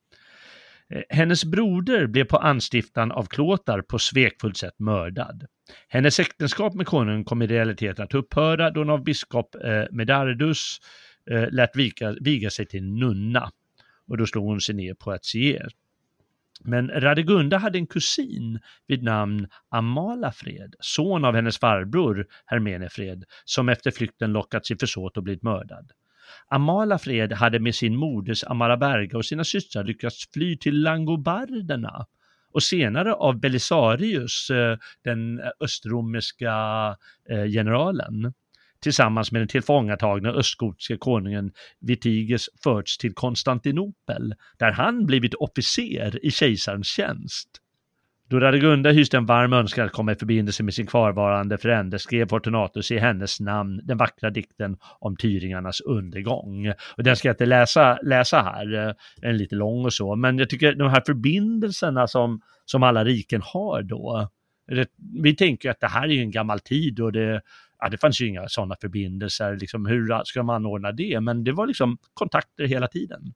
Speaker 1: Hennes broder blev på anstiftan av Klotar på svekfullt sätt mördad. Hennes äktenskap med konungen kom i realiteten att upphöra då hon av biskop Medardus lät viga sig till nunna, och då slog hon sig ner på Atsier. Men Radegunda hade en kusin vid namn Amalafred, son av hennes farbror Hermenefred, som efter flykten lockats i försåt och blivit mördad. Amalafred hade med sin moders Amalaberga och sina systrar lyckats fly till Langobarderna, och senare av Belisarius, den östromerska generalen, tillsammans med den tillfångatagna östgotiska konungen Vitiges förts till Konstantinopel, där han blivit officer i kejsarens tjänst. Då Radegunda hyste en varm önskan att komma i förbindelse med sin kvarvarande frände skrev Fortunatus i hennes namn den vackra dikten om tyringarnas undergång. Och den ska jag inte läsa här, den är lite lång och så, men jag tycker de här förbindelserna som alla riken har då, vi tänker att det här är en gammal tid och det fanns ju inga sådana förbindelser, liksom, hur ska man ordna det? Men det var liksom kontakter hela tiden.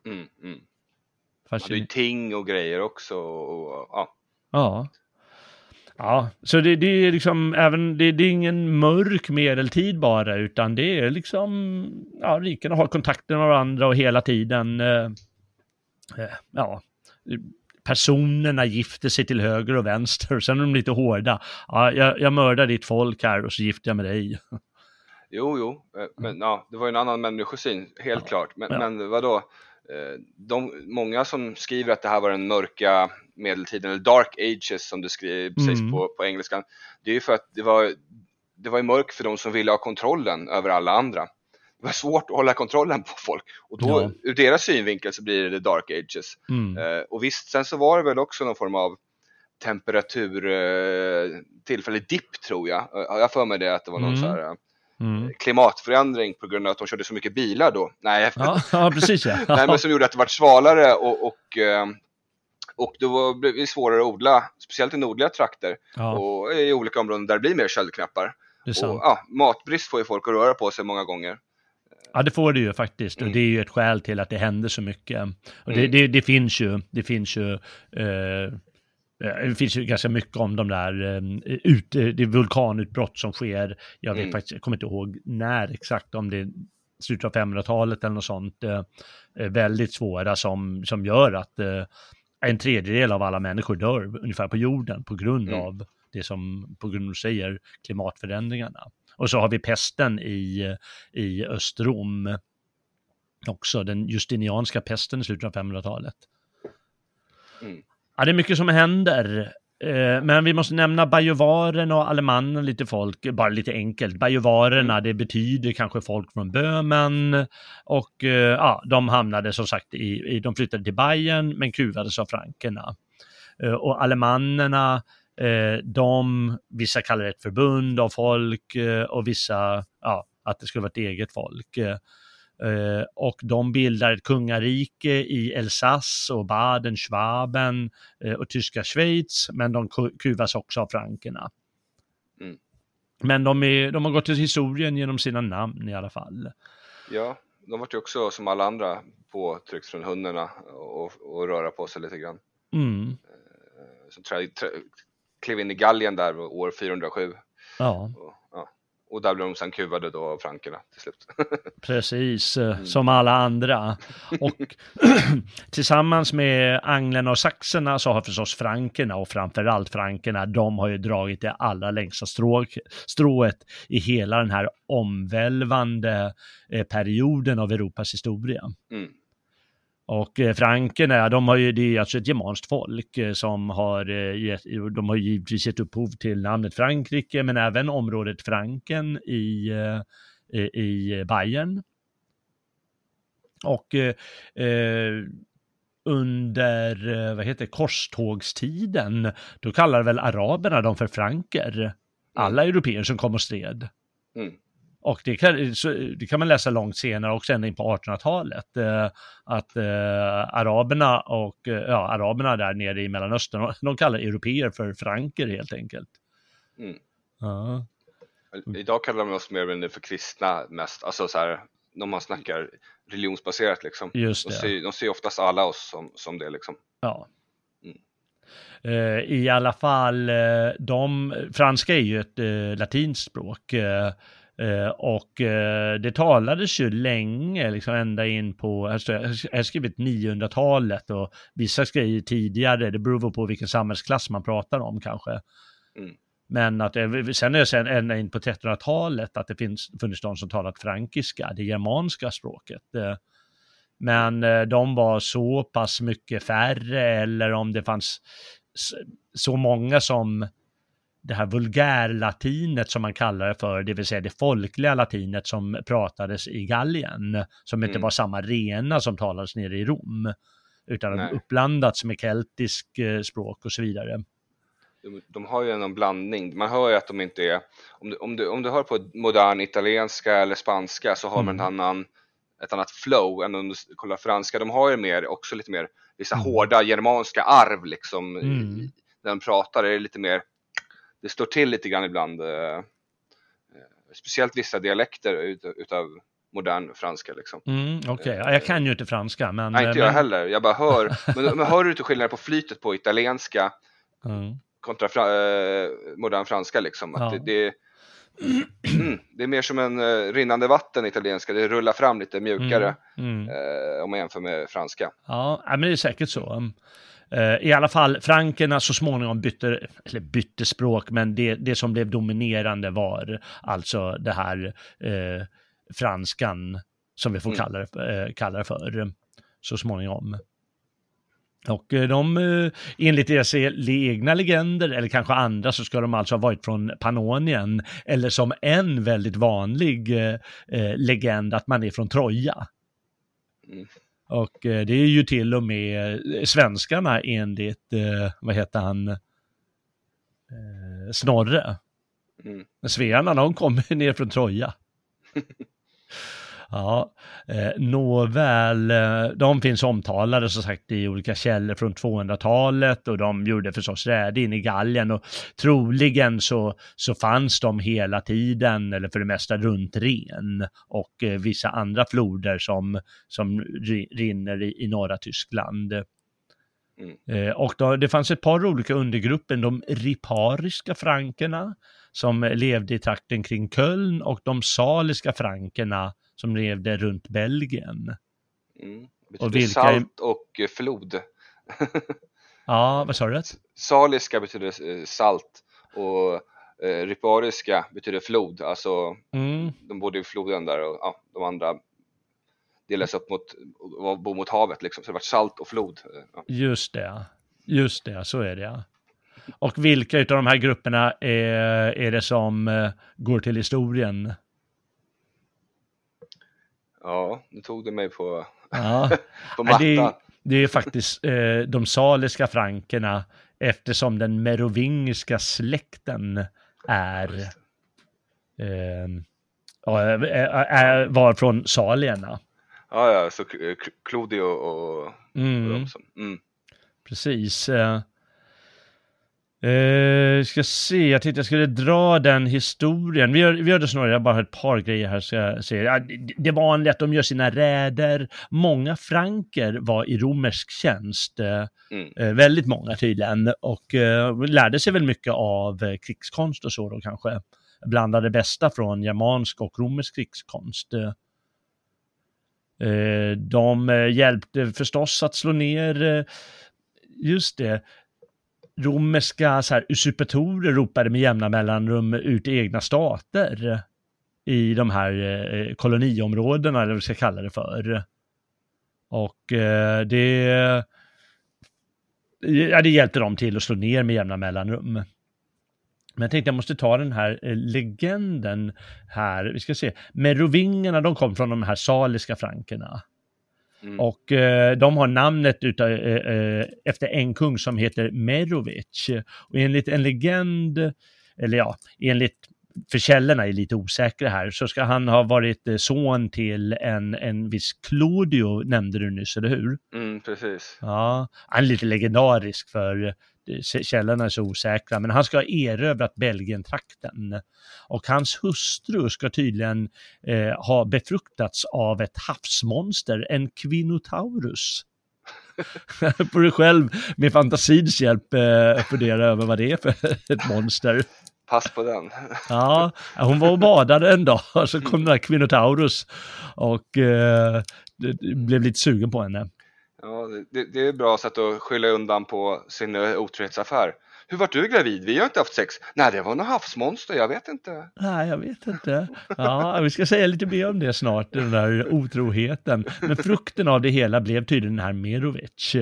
Speaker 2: Det är ting och grejer också.
Speaker 1: Ja, så det är liksom även det är ingen mörk medeltid bara, utan det är liksom riken har kontakter med varandra och hela tiden personerna gifter sig till höger och vänster och sen är de lite hårda. Jag mördar ditt folk här och så gifter jag med dig.
Speaker 2: Jo, men det var ju en annan människosyn, helt klart. Men vadå? Många som skriver att det här var den mörka medeltiden, eller dark ages som det sägs på engelskan, det är ju för att det var ju mörk för de som ville ha kontrollen över alla andra. Det var svårt att hålla kontrollen på folk, och då ur deras synvinkel så blir det dark ages. Och visst, sen så var det väl också någon form av temperatur tillfällig dipp, tror jag. Jag för mig det att det var någon så här klimatförändring på grund av att de körde så mycket bilar då. Nej,
Speaker 1: precis ja.
Speaker 2: Nej, men som gjorde att det var svalare och då blev det svårare att odla, speciellt i nordliga trakter och i olika områden där det blir mer köldknappar. Och matbrist får ju folk att röra på sig många gånger.
Speaker 1: Ja, det får det ju faktiskt, och det är ju ett skäl till att det händer så mycket. Och det finns ju ganska mycket om de där det vulkanutbrott som sker. Jag vet faktiskt, jag kommer inte ihåg när exakt, om det är slutet av 500-talet eller något sånt, väldigt svåra som gör att en tredjedel av alla människor dör ungefär på jorden på grund av det som på grund av säger klimatförändringarna. Och så har vi pesten i Östrom också, den justinianska pesten i slutet av 500-talet. Ja, det är mycket som händer. Men vi måste nämna bajovaren och alemannen lite folk, bara lite enkelt. Bajovarerna, det betyder kanske folk från Böhmen och de hamnade som sagt de flyttade till Bayern men kuvades av frankerna. Och alemannerna, vissa kallar det ett förbund av folk och vissa att det skulle vara ett eget folk. Och de bildar ett kungarike i Elsass och Baden, Schwaben och tyska Schweiz, men de kuvas också av frankerna. Men de har gått till historien genom sina namn i alla fall.
Speaker 2: Ja, de var ju också som alla andra påtryckt från hundarna och röra på sig lite grann. Så klev in i Gallien där år 407.
Speaker 1: Ja.
Speaker 2: Och där blev de sen kuvade då av frankerna till slut.
Speaker 1: Precis, som alla andra. Och tillsammans med anglerna och saxerna så har förstås frankerna och framförallt frankerna, de har ju dragit det allra längsta strået i hela den här omvälvande perioden av Europas historia. Och frankerna, det är alltså ett germanskt folk som de har givetvis gett upphov till namnet Frankrike, men även området Franken i Bayern. Och under korstågstiden, då kallar väl araberna dem för franker. Alla europeer som kom och stred. Och det kan man läsa långt senare också, ända in på 1800-talet, att araberna där nere i Mellanöstern, de kallar europeer för franker helt enkelt. Ja.
Speaker 2: Idag kallar de oss mer eller mindre för kristna mest, alltså så här, när man snackar religionsbaserat liksom.
Speaker 1: Just det.
Speaker 2: De ser oftast alla oss som det liksom.
Speaker 1: Ja. I alla fall, franska är ju ett latinskt språk. Och det talades ju länge, liksom ända in på, jag har skrivit 900-talet och vissa skriver tidigare, det beror på vilken samhällsklass man pratar om kanske. Men att sen är det ända in på 1300-talet att det funnits de som talat frankiska, det germanska språket. Men de var så pass mycket färre, eller om det fanns så många som det här vulgärlatinet som man kallar det för, det vill säga det folkliga latinet som pratades i Gallien, som inte var samma rena som talades nere i Rom, utan uppblandats med keltisk språk och så vidare.
Speaker 2: De har ju en blandning. Man hör ju att de inte är, om du hör på modern italienska eller spanska så har man ett annat flow än om du kollar franska. De har ju också lite mer vissa hårda germanska arv liksom. När de pratar är det lite mer, det står till lite grann ibland. Speciellt vissa dialekter utav modern franska liksom.
Speaker 1: Okej. Jag kan ju inte franska.
Speaker 2: Nej, inte jag heller. Jag bara hör. Men hör du inte skillnaden på flytet på italienska kontra modern franska liksom? Att det är mer som en rinnande vatten italienska. Det rullar fram lite mjukare om man jämför med franska.
Speaker 1: Ja, men det är säkert så. I alla fall, frankerna så småningom bytte språk, men det som blev dominerande var alltså det här franskan som vi får kalla det för så småningom. Och enligt deras egna legender, eller kanske andra, så ska de alltså ha varit från Pannonien, eller som en väldigt vanlig legend att man är från Troja. Och det är ju till och med svenskarna enligt, Snorre. Svearna, de kommer ner från Troja. Ja, nåväl, de finns omtalade som sagt i olika källor från 200-talet, och de gjorde förstås räd in i Gallien, och troligen så fanns de hela tiden, eller för det mesta runt Ren och vissa andra floder som rinner i norra Tyskland. Och det fanns ett par olika undergrupper, de ripariska frankerna som levde i trakten kring Köln, och de saliska frankerna som levde runt Belgien.
Speaker 2: Betyder salt och flod.
Speaker 1: Ja, vad sa du?
Speaker 2: Saliska betyder salt och ripariska betyder flod. Alltså de bodde i floden där, och de andra delas upp mot havet liksom. Så det var salt och flod.
Speaker 1: Just det, så är det. Och vilka utav de här grupperna är det som går till historien?
Speaker 2: Ja, nu tog du mig på,
Speaker 1: Ja.
Speaker 2: på mattan.
Speaker 1: Det är faktiskt de saliska frankerna, eftersom den merovingiska släkten var från salierna.
Speaker 2: Ja, så Clodio och de som...
Speaker 1: Precis. Ska se, jag tänkte jag skulle dra den historien. Vi gör det snarare, jag bara har ett par grejer här ska jag se. Ja, det vanliga att de gör sina räder. Många franker var i romersk tjänst. Väldigt många tydligen. Och lärde sig väl mycket av krigskonst och så då kanske. Blandade bästa från germansk och romersk krigskonst. De hjälpte förstås att slå ner, just det, romerska så här, usurpatorer ropade med jämna mellanrum ut egna stater i de här koloniområdena, eller vad vi ska kalla det för. Och det hjälpte dem till att slå ner med jämna mellanrum. Men jag tänkte jag måste ta den här legenden här. Vi ska se. Merovingerna, de kom från de här saliska frankerna. Och de har namnet efter en kung som heter Merovic. Och enligt en legend, eller ja, enligt, för källorna är lite osäkra här, så ska han ha varit son till en viss Clodio, nämnde du nyss, eller hur?
Speaker 2: Precis.
Speaker 1: Ja, han är lite legendarisk för källorna är så osäkra, men han ska ha erövrat Belgien-trakten. Och hans hustru ska tydligen ha befruktats av ett havsmonster, en Quinotaurus. Får du själv med fantasins hjälp fundera över vad det är för ett monster.
Speaker 2: Pass på den.
Speaker 1: Ja, hon var och badade en dag och så kom den här Quinotaurus och blev lite sugen på henne.
Speaker 2: Ja, det är bra sätt att skylla undan på sin otrohetsaffär. Hur var du gravid? Vi har inte haft sex. Nej, det var någon havsmonster, jag vet inte.
Speaker 1: Nej, jag vet inte. Ja, vi ska säga lite mer om det snart, den där otroheten. Men frukten av det hela blev tydligen den här Merovic.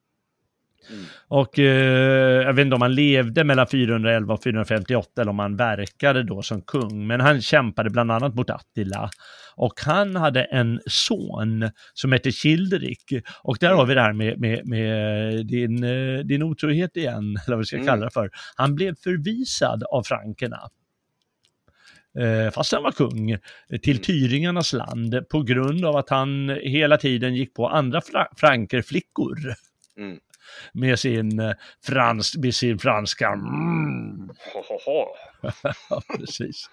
Speaker 1: Och jag vet inte om han levde mellan 411 och 458 eller om han verkade då som kung. Men han kämpade bland annat mot Attila. Och han hade en son som hette Childerik. Och där har vi det här med din otrohet igen, eller vad vi ska kalla det för. Han blev förvisad av frankerna. Fast han var kung, till tyringarnas land på grund av att han hela tiden gick på andra frankerflickor. Med sin franska. Ja, precis.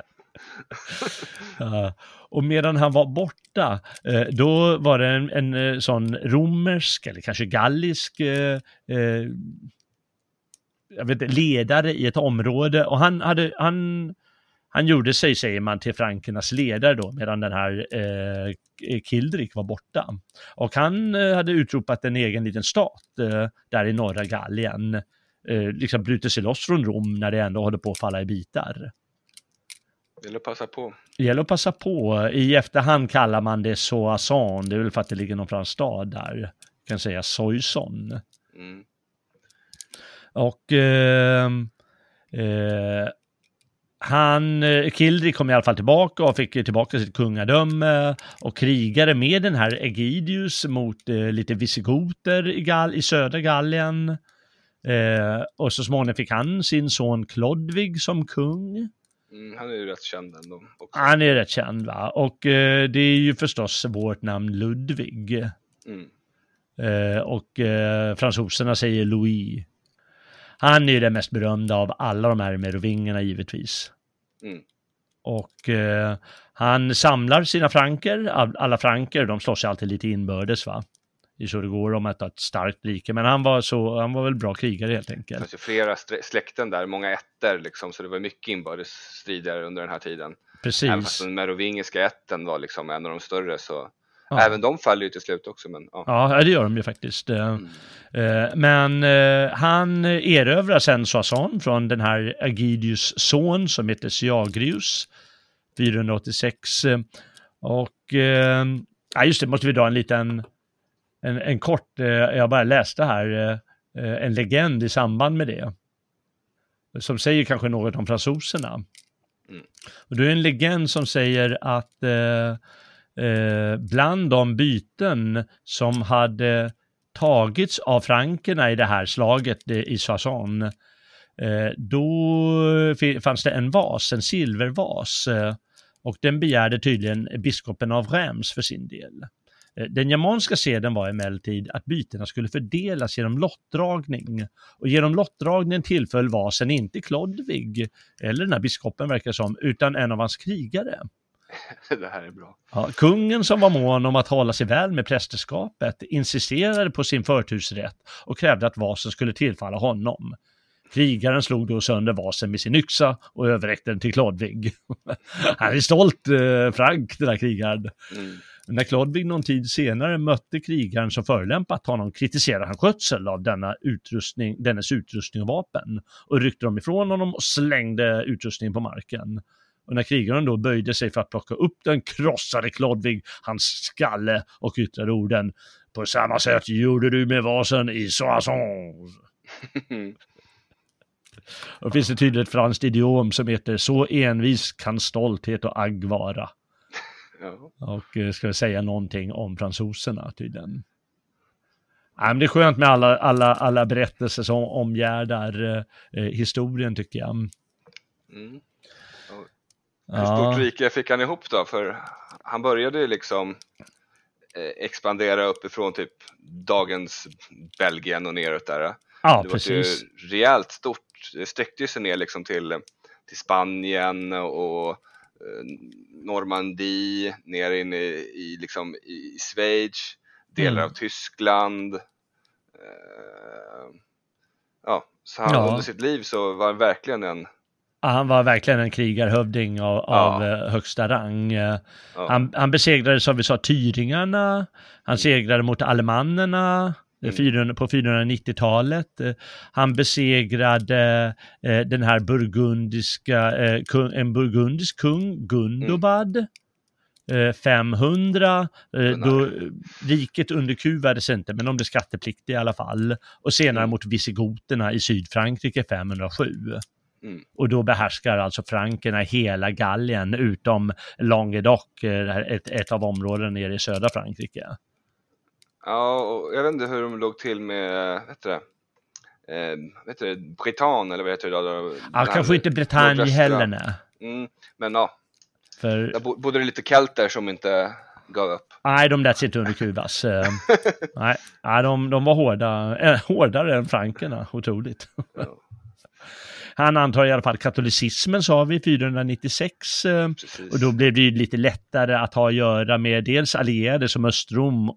Speaker 1: Och medan han var borta, då var det en sån romersk eller kanske gallisk jag vet, ledare i ett område, och han gjorde sig, säger man, till frankernas ledare då, medan den här Childerik var borta. Och han hade utropat en egen liten stat där i norra Gallien. Liksom bryter sig loss från Rom när det ändå håller på att falla i bitar. Gäller att passa på. I efterhand kallar man det Soissons. Det är väl för att det ligger någon fransk stad där. Jag kan säga Soissons. Och Childerik kom i alla fall tillbaka och fick tillbaka sitt kungadöme och krigade med den här Aegidius mot lite visigoter i södra Gallien. Och så småningom fick han sin son Klodvig som kung.
Speaker 2: Han är ju rätt känd ändå också.
Speaker 1: Han är rätt känd, va? Och det är ju förstås vårt namn Ludvig. Och fransoserna säger Louis. Han är ju den mest berömda av alla de här merovingerna givetvis. Och han samlar sina franker. Alla franker, de slåss alltid lite inbördes, va? Det är så det går om att ha ett starkt rike. Men han var väl bra krigare helt enkelt.
Speaker 2: Det fanns ju flera släkten där, många ätter liksom, så det var mycket inbördes strider under den här tiden.
Speaker 1: Precis.
Speaker 2: Även fast den merovingiska ätten var liksom en av de större, så även de faller ju till slut också. Men,
Speaker 1: ja, det gör de ju faktiskt. Men han erövrar sen Soissons från den här Aegidius son som heter Syagrius 486. Och just det, måste vi dra en liten en kort, jag bara läste här en legend i samband med det. som säger kanske något om fransoserna.
Speaker 2: Mm.
Speaker 1: Och det är en legend som säger att bland de byten som hade tagits av frankerna i det här slaget i Soissons, då fanns det en silvervas, och den begärde tydligen biskopen av Reims för sin del. Den germanska seden var emellertid att bytena skulle fördelas genom lottdragning, och genom lottdragningen tillföll vasen inte Klodvig eller den här biskopen verkar som, utan en av hans krigare.
Speaker 2: Det här är bra.
Speaker 1: Ja, kungen som var mån om att hålla sig väl med prästerskapet insisterade på sin förtursrätt och krävde att vasen skulle tillfalla honom. Krigaren slog då sönder vasen med sin yxa och överräckte den till Klodvig. Han är stolt, Frank, den här krigaren. Mm. När Klodvig någon tid senare mötte krigaren som förolämpat honom kritiserade han skötsel av dennes utrustning och vapen och ryckte dem ifrån honom och slängde utrustningen på marken. Och när krigaren då böjde sig för att plocka upp den krossade Klodvig hans skalle och yttrade orden: på samma sätt gjorde du med vasen i Soissons. Och det finns ett tydligt franskt idiom som heter så envis kan stolthet och agg vara. Ja. Och ska vi säga någonting om fransoserna tydligen. Ja, men det är skönt med alla berättelser som omgärdar historien tycker jag.
Speaker 2: Mm. Hur stort rike fick han ihop då? För han började ju liksom expandera uppifrån typ dagens Belgien och neråt där.
Speaker 1: Ja,
Speaker 2: det
Speaker 1: precis.
Speaker 2: var ju rejält stort. Det sträckte sig ner liksom till Spanien och Normandie, ner in i Schweiz, delar av Tyskland. Så han under sitt liv så var han verkligen
Speaker 1: han var verkligen en krigarhövding av högsta rang. Han besegrade, som vi sa, tyringarna. Han segrade mot allemannerna på 490-talet. Han besegrade den här burgundisk kung Gundobad 500. Då riket underkuvades inte, men de blev skattepliktiga i alla fall. Och senare mot visigoterna i Sydfrankrike 507. Och då behärskar alltså frankerna hela Gallien utom Languedoc, ett av områdena nere i södra Frankrike.
Speaker 2: Ja, och jag vet inte hur de låg till med, Bretagne eller vad heter det då?
Speaker 1: Ja, kanske inte Bretagne heller, nej.
Speaker 2: Men där bodde det lite kelter som inte gav upp.
Speaker 1: Nej, de lät sig inte underkuvas. Nej, de var hårdare än frankerna, otroligt. Ja. Han antar i alla fall katolicismen, sa vi, 496. Precis. Och då blev det ju lite lättare att ha att göra med dels allierade som Östrom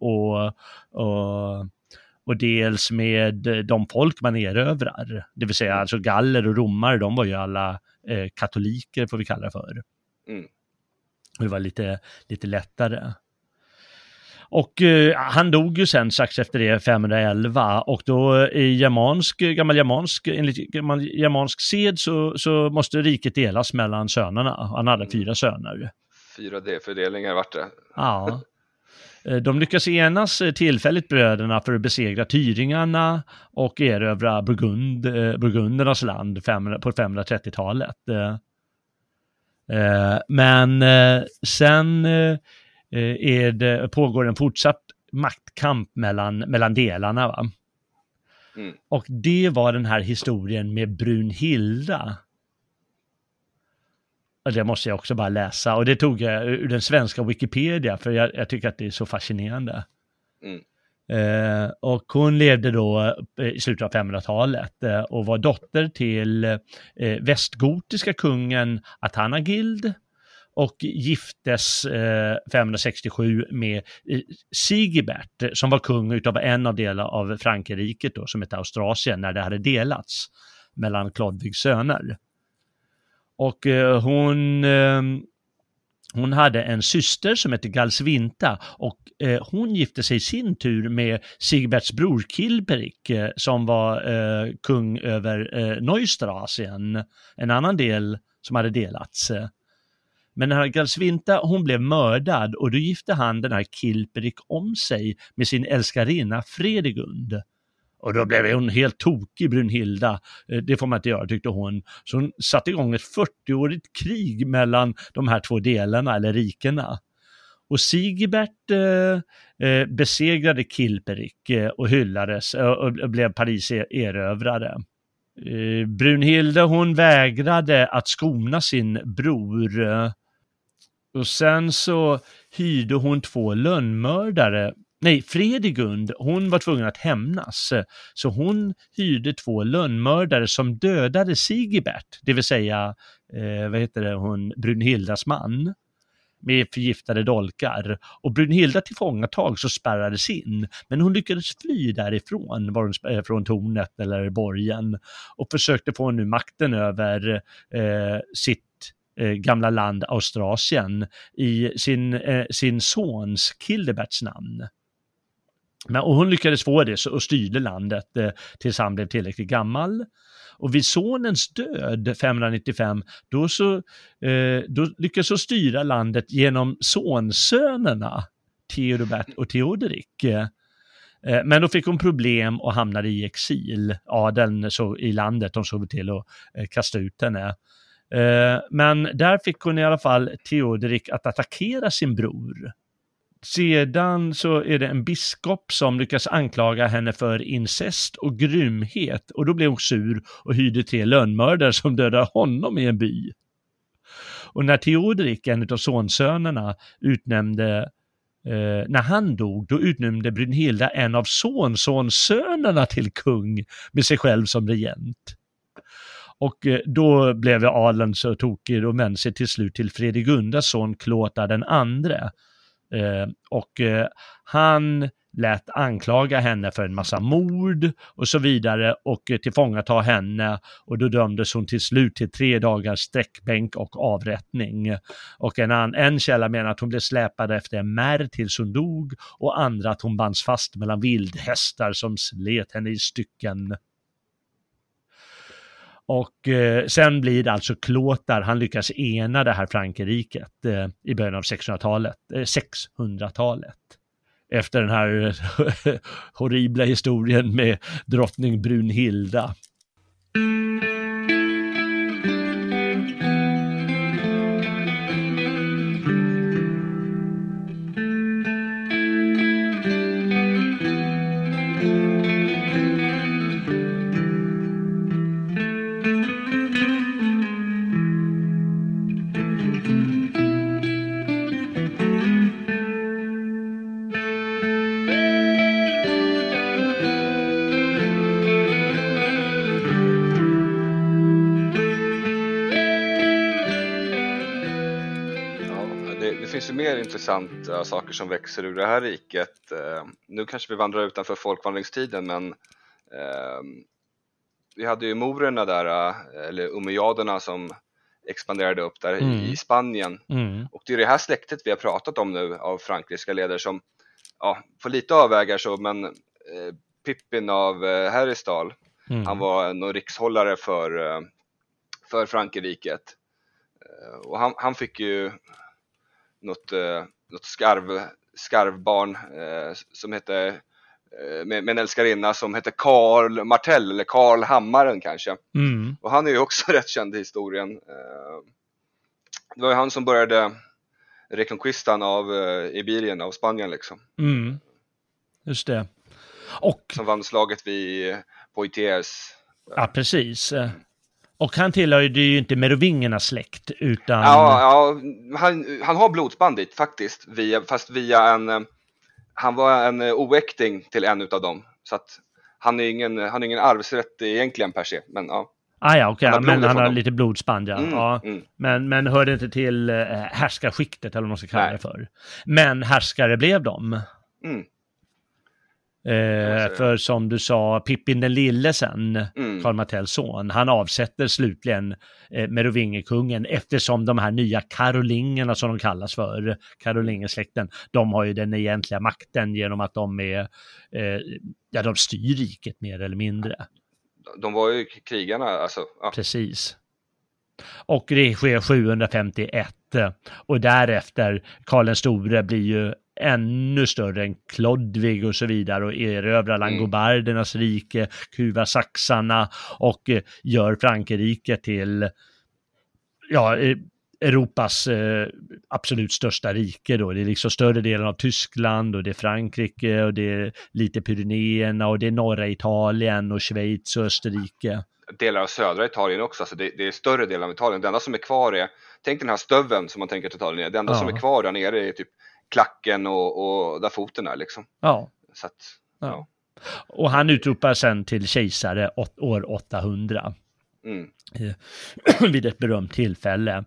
Speaker 1: och dels med de folk man erövrar. Det vill säga alltså galler och romare, de var ju alla katoliker, får vi kalla det för. Det var lite lättare. Och han dog ju sen strax efter det 511, och då i gammal germansk sed så måste riket delas mellan sönerna. Han hade 4 söner.
Speaker 2: 4D-fördelningar vart det.
Speaker 1: Ja. De lyckas enas tillfälligt bröderna för att besegra tyringarna och erövra burgundernas land på 530-talet. Men sen pågår en fortsatt maktkamp mellan delarna, va? Och det var den här historien med Brunhilda. Och det måste jag också bara läsa, och det tog jag ur den svenska Wikipedia, för jag tycker att det är så fascinerande. Och hon levde då i slutet av 500-talet och var dotter till västgotiska kungen Athanagild och giftes 567 med Sigibert, som var kung utav en av delar av Frankrike då, som hette Austrasien, när det hade delats mellan Klodvigs söner. Och hon hade en syster som hette Galsvinta, och hon gifte sig i sin tur med Sigberts bror Kilperik, som var kung över Neustrasien, en annan del som hade delats. Men den här Galsvinta, hon blev mördad, och då gifte han, den här Kilperik, om sig med sin älskarinna Fredegund. Och då blev hon helt tokig, Brunhilda. Det får man inte göra, tyckte hon. Så hon satte igång ett 40-årigt krig mellan de här två delarna, eller rikena. Och Sigibert besegrade Kilperik och hyllades och blev Paris erövrare. Brunhilda, hon vägrade att skona sin bror. Och sen så hyrde hon 2 lönnmördare. Nej, Fredigund, hon var tvungen att hämnas. Så hon hyrde 2 lönnmördare som dödade Sigibert, det vill säga Brunhildas man, med förgiftade dolkar. Och Brunhilda tillfångatag så spärrades in, men hon lyckades fly därifrån, från tornet eller borgen, och försökte få nu makten över sitt gamla land Austrasien i sin sons Kildeberts namn. Och hon lyckades få det och styrde landet tills han blev tillräckligt gammal. Och vid sonens död 595 då lyckades hon styra landet genom sonsönerna Theodebert och Theoderik. Men då fick hon problem och hamnade i exil. Adeln i landet, de såg till att kasta ut henne. Men där fick hon i alla fall Theoderik att attackera sin bror. Sedan så är det en biskop som lyckas anklaga henne för incest och grymhet, och då blev hon sur och hyrde 3 lönnmördare som dödade honom i en by. Och när Theoderik, en av sonsönerna, när han dog, då utnämnde Brunhilda en av sonsönerna till kung med sig själv som regent. Och då blev adeln så tokig och vände sig till slut till Fredigundas son Klotar den andre. Han lät anklaga henne för en massa mord och så vidare och tillfångata henne, och då dömdes hon till slut till 3 dagars sträckbänk och avrättning. Och en källa menar att hon blev släpad efter en märr tills hon dog, och andra att hon bands fast mellan vildhästar som slet henne i stycken. Och sen blir det alltså Klotar, han lyckas ena det här Frankrike i början av 600-talet. Efter den här horribla historien med drottning Brunhilda.
Speaker 2: Intressanta saker som växer ur det här riket. Nu kanske vi vandrar utanför folkvandringstiden, men vi hade ju morerna där, eller umayyaderna, som expanderade upp där i Spanien. Och det är det här släktet vi har pratat om nu av frankiska ledare som får lite avvägar så, men Pippin av Herrestal, han var en rikshållare för Frankrike. Och han fick ju något skarvbarn som hette med en älskarinna som hette Karl Martell, eller Karl Hammaren kanske. Och han är ju också rätt känd i historien. Det var ju han som började reconquistan av Iberien, av Spanien liksom.
Speaker 1: Just det. Och
Speaker 2: som vann slaget vid Poitiers.
Speaker 1: Ja, precis. Och han tillhörde ju inte merovingernas släkt, utan...
Speaker 2: Ja, han har blodsband dit faktiskt, fast via han var en oäkting till en utav dem. Så att han har ingen arvsrätt egentligen per se, men ja.
Speaker 1: Okej, men han har lite blodsband, ja. Men hörde inte till härskarskiktet, eller vad man ska kalla det för. Men härskare blev de. För som du sa, Pippin den lille sen, Karl Martells son, han avsätter slutligen merovingekungen, eftersom de här nya karolingerna som de kallas för, karolingersläkten, de har ju den egentliga makten genom att de de styr riket mer eller mindre.
Speaker 2: De var ju krigarna, alltså. Ja.
Speaker 1: Precis. Och det sker 751 och därefter Karl den store blir ju ännu större än Klodvig och så vidare och erövrar langobardernas rike, kuvar saxarna och gör Frankrike till Europas absolut största rike då. Det är liksom större delen av Tyskland och det är Frankrike och det är lite Pyrenéerna och det är norra Italien och Schweiz och Österrike.
Speaker 2: Delar av södra Italien också, alltså det är större delen av Italien. Det enda som är kvar är, tänk den här stöven som man tänker att Italien är, det enda som är kvar där nere är typ klacken och där foten är liksom.
Speaker 1: Ja.
Speaker 2: Så att, ja.
Speaker 1: Och han utropar sen till kejsare år 800. Vid ett berömt tillfälle.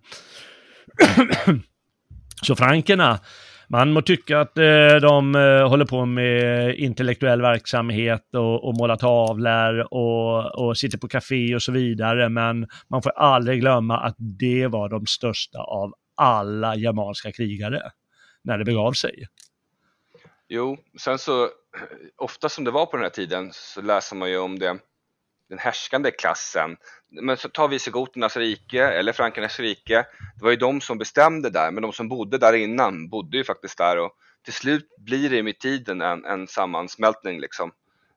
Speaker 1: Så frankerna, man må tycka att de håller på med intellektuell verksamhet och målar tavlor och sitter på café och så vidare, men man får aldrig glömma att det var de största av alla germanska krigare när det begav sig.
Speaker 2: Jo, sen så ofta som det var på den här tiden så läser man ju om den härskande klassen. Men så tar visigoternas rike eller frankernas rike, det var ju de som bestämde där, men de som bodde där innan bodde ju faktiskt där, och till slut blir det med tiden en sammansmältning liksom.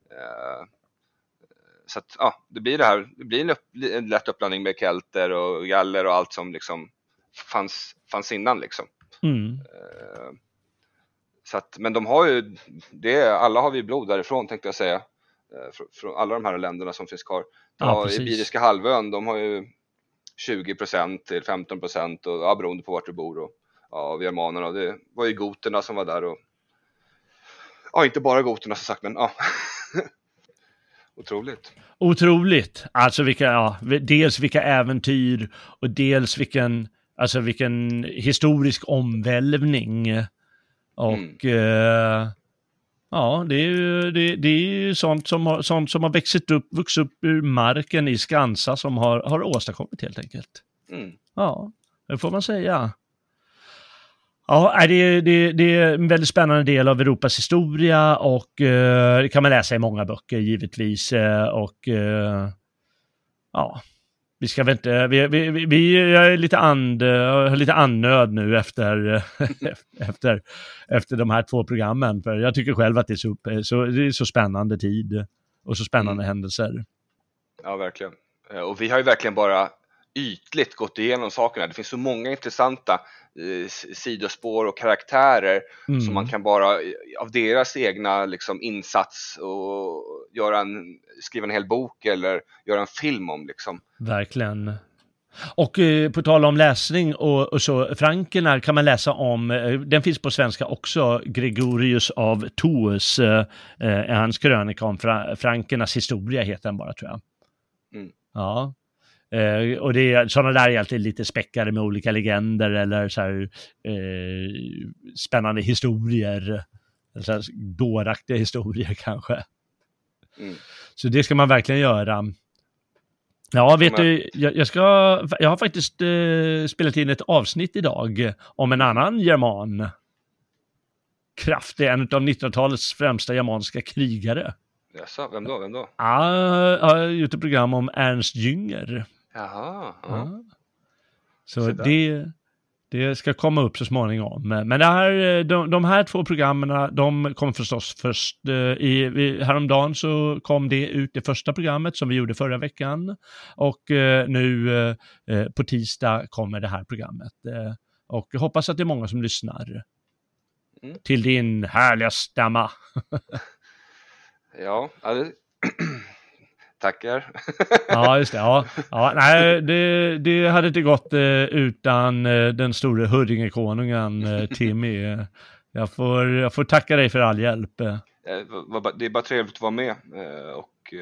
Speaker 2: Så att det blir det här, det blir en lätt uppblandning med kelter och galler och allt som liksom fanns innan liksom. Så att, men de har ju alla har vi blod därifrån, tänkte jag säga, från alla de här länderna som finns kvar. Iberiska halvön, de har ju 20% till 15% och beroende på vart du bor, och av germanerna, det var ju goterna som var där, och inte bara goterna som sagt, men Otroligt. Alltså dels vilka äventyr och dels vilken historisk omvälvning. Och det är ju sånt som har vuxit upp ur marken i Skansa som har åstadkommit helt enkelt. Ja, det får man säga. Ja, det är en väldigt spännande del av Europas historia, och det kan man läsa i många böcker givetvis, och vi ska väl inte, vi är lite annöd nu efter de här 2 programmen, för jag tycker själv att det är så spännande tid och så spännande händelser. Ja, verkligen. Och vi har ju verkligen bara ytligt gått igenom sakerna. Det finns så många intressanta sidospår och karaktärer som man kan bara av deras egna liksom insats och skriva en hel bok eller göra en film om liksom.
Speaker 1: Verkligen. Och på tal om läsning och så, frankerna kan man läsa om, den finns på svenska också, Gregorius av Tours, hans krönika om frankernas historia heter den bara, tror jag. Ja. Och det är sådana där egentligen lite späckade med olika legender eller så här, spännande historier, så här, dåraktiga historier kanske. Så det ska man verkliin göra. Ja, vet du, jag har faktiskt spelat in ett avsnitt idag om en annan german. Kraftig, en av 1900-talets främsta germanska krigare.
Speaker 2: Jaså, vem då?
Speaker 1: Ja, jag har gjort ett program om Ernst Jünger.
Speaker 2: Jaha.
Speaker 1: Ja. Så det ska komma upp så småningom. Men de här 2 programmen, de kom förstås först häromdagen, så kom det ut det första programmet som vi gjorde förra veckan, och nu på tisdag kommer det här programmet, och jag hoppas att det är många som lyssnar till din härliga stämma.
Speaker 2: Ja, tackar.
Speaker 1: Ja, just det. Ja, nej, det hade inte gått utan den stora Huddingekonungen Timmy. Jag får tacka dig för all hjälp.
Speaker 2: Det är bara trevligt att vara med. Och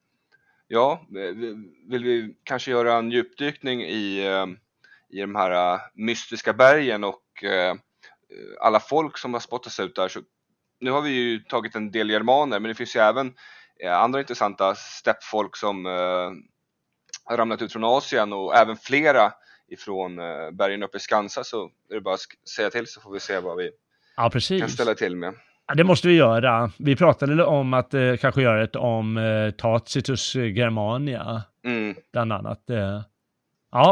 Speaker 2: vill vi kanske göra en djupdykning i de här mystiska bergen och alla folk som har spottats ut där. Så nu har vi ju tagit en del germaner, men det finns ju även andra intressanta steppfolk som har ramlat ut från Asien, och även flera ifrån bergen uppe i Skansa, så är det bara att säga till, så får vi se vad vi kan ställa till med.
Speaker 1: Ja, det måste vi göra. Vi pratade om att kanske göra ett om Tacitus Germania bland annat.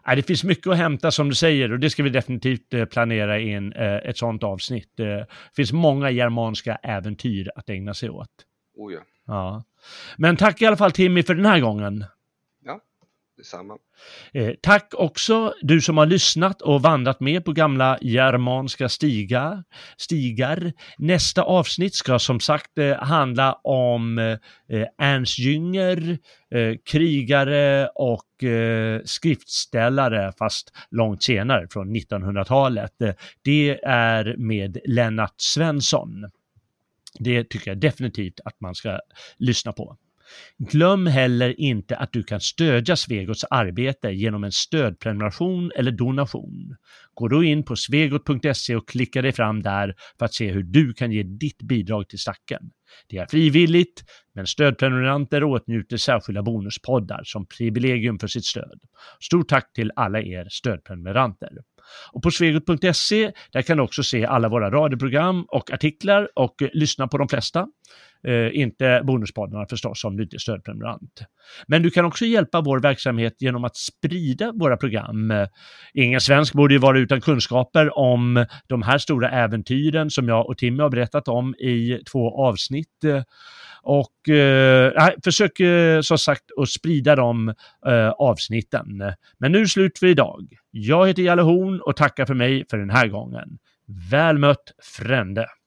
Speaker 1: Det finns mycket att hämta som du säger, och det ska vi definitivt planera in ett sånt avsnitt. Det finns många germanska äventyr att ägna sig åt.
Speaker 2: Oh ja.
Speaker 1: Ja. Men tack i alla fall Timmy för den här gången.
Speaker 2: Ja, detsamma.
Speaker 1: Tack också du som har lyssnat och vandrat med på gamla germanska stigar. Nästa avsnitt ska som sagt handla om Ernst Jünger, krigare och skriftställare, fast långt senare från 1900-talet. Det är med Lennart Svensson. Det tycker jag definitivt att man ska lyssna på. Glöm heller inte att du kan stödja Svegots arbete genom en stödprenumeration eller donation. Gå då in på svegot.se och klicka dig fram där för att se hur du kan ge ditt bidrag till stacken. Det är frivilligt, men stödprenumeranter åtnjuter särskilda bonuspoddar som privilegium för sitt stöd. Stort tack till alla er stödprenumeranter. Och på svegot.se där kan du också se alla våra radioprogram och artiklar och lyssna på de flesta. Inte bonuspoddarna förstås om du inte är stödprenumerant. Men du kan också hjälpa vår verksamhet genom att sprida våra program. Ingen svensk borde ju vara utan kunskaper om de här stora äventyren som jag och Timmy har berättat om i 2 avsnitt. Och försök som sagt att sprida de avsnitten. Men nu är det slut för idag. Jag heter Jalle Horn och tackar för mig för den här gången. Väl mött, frände!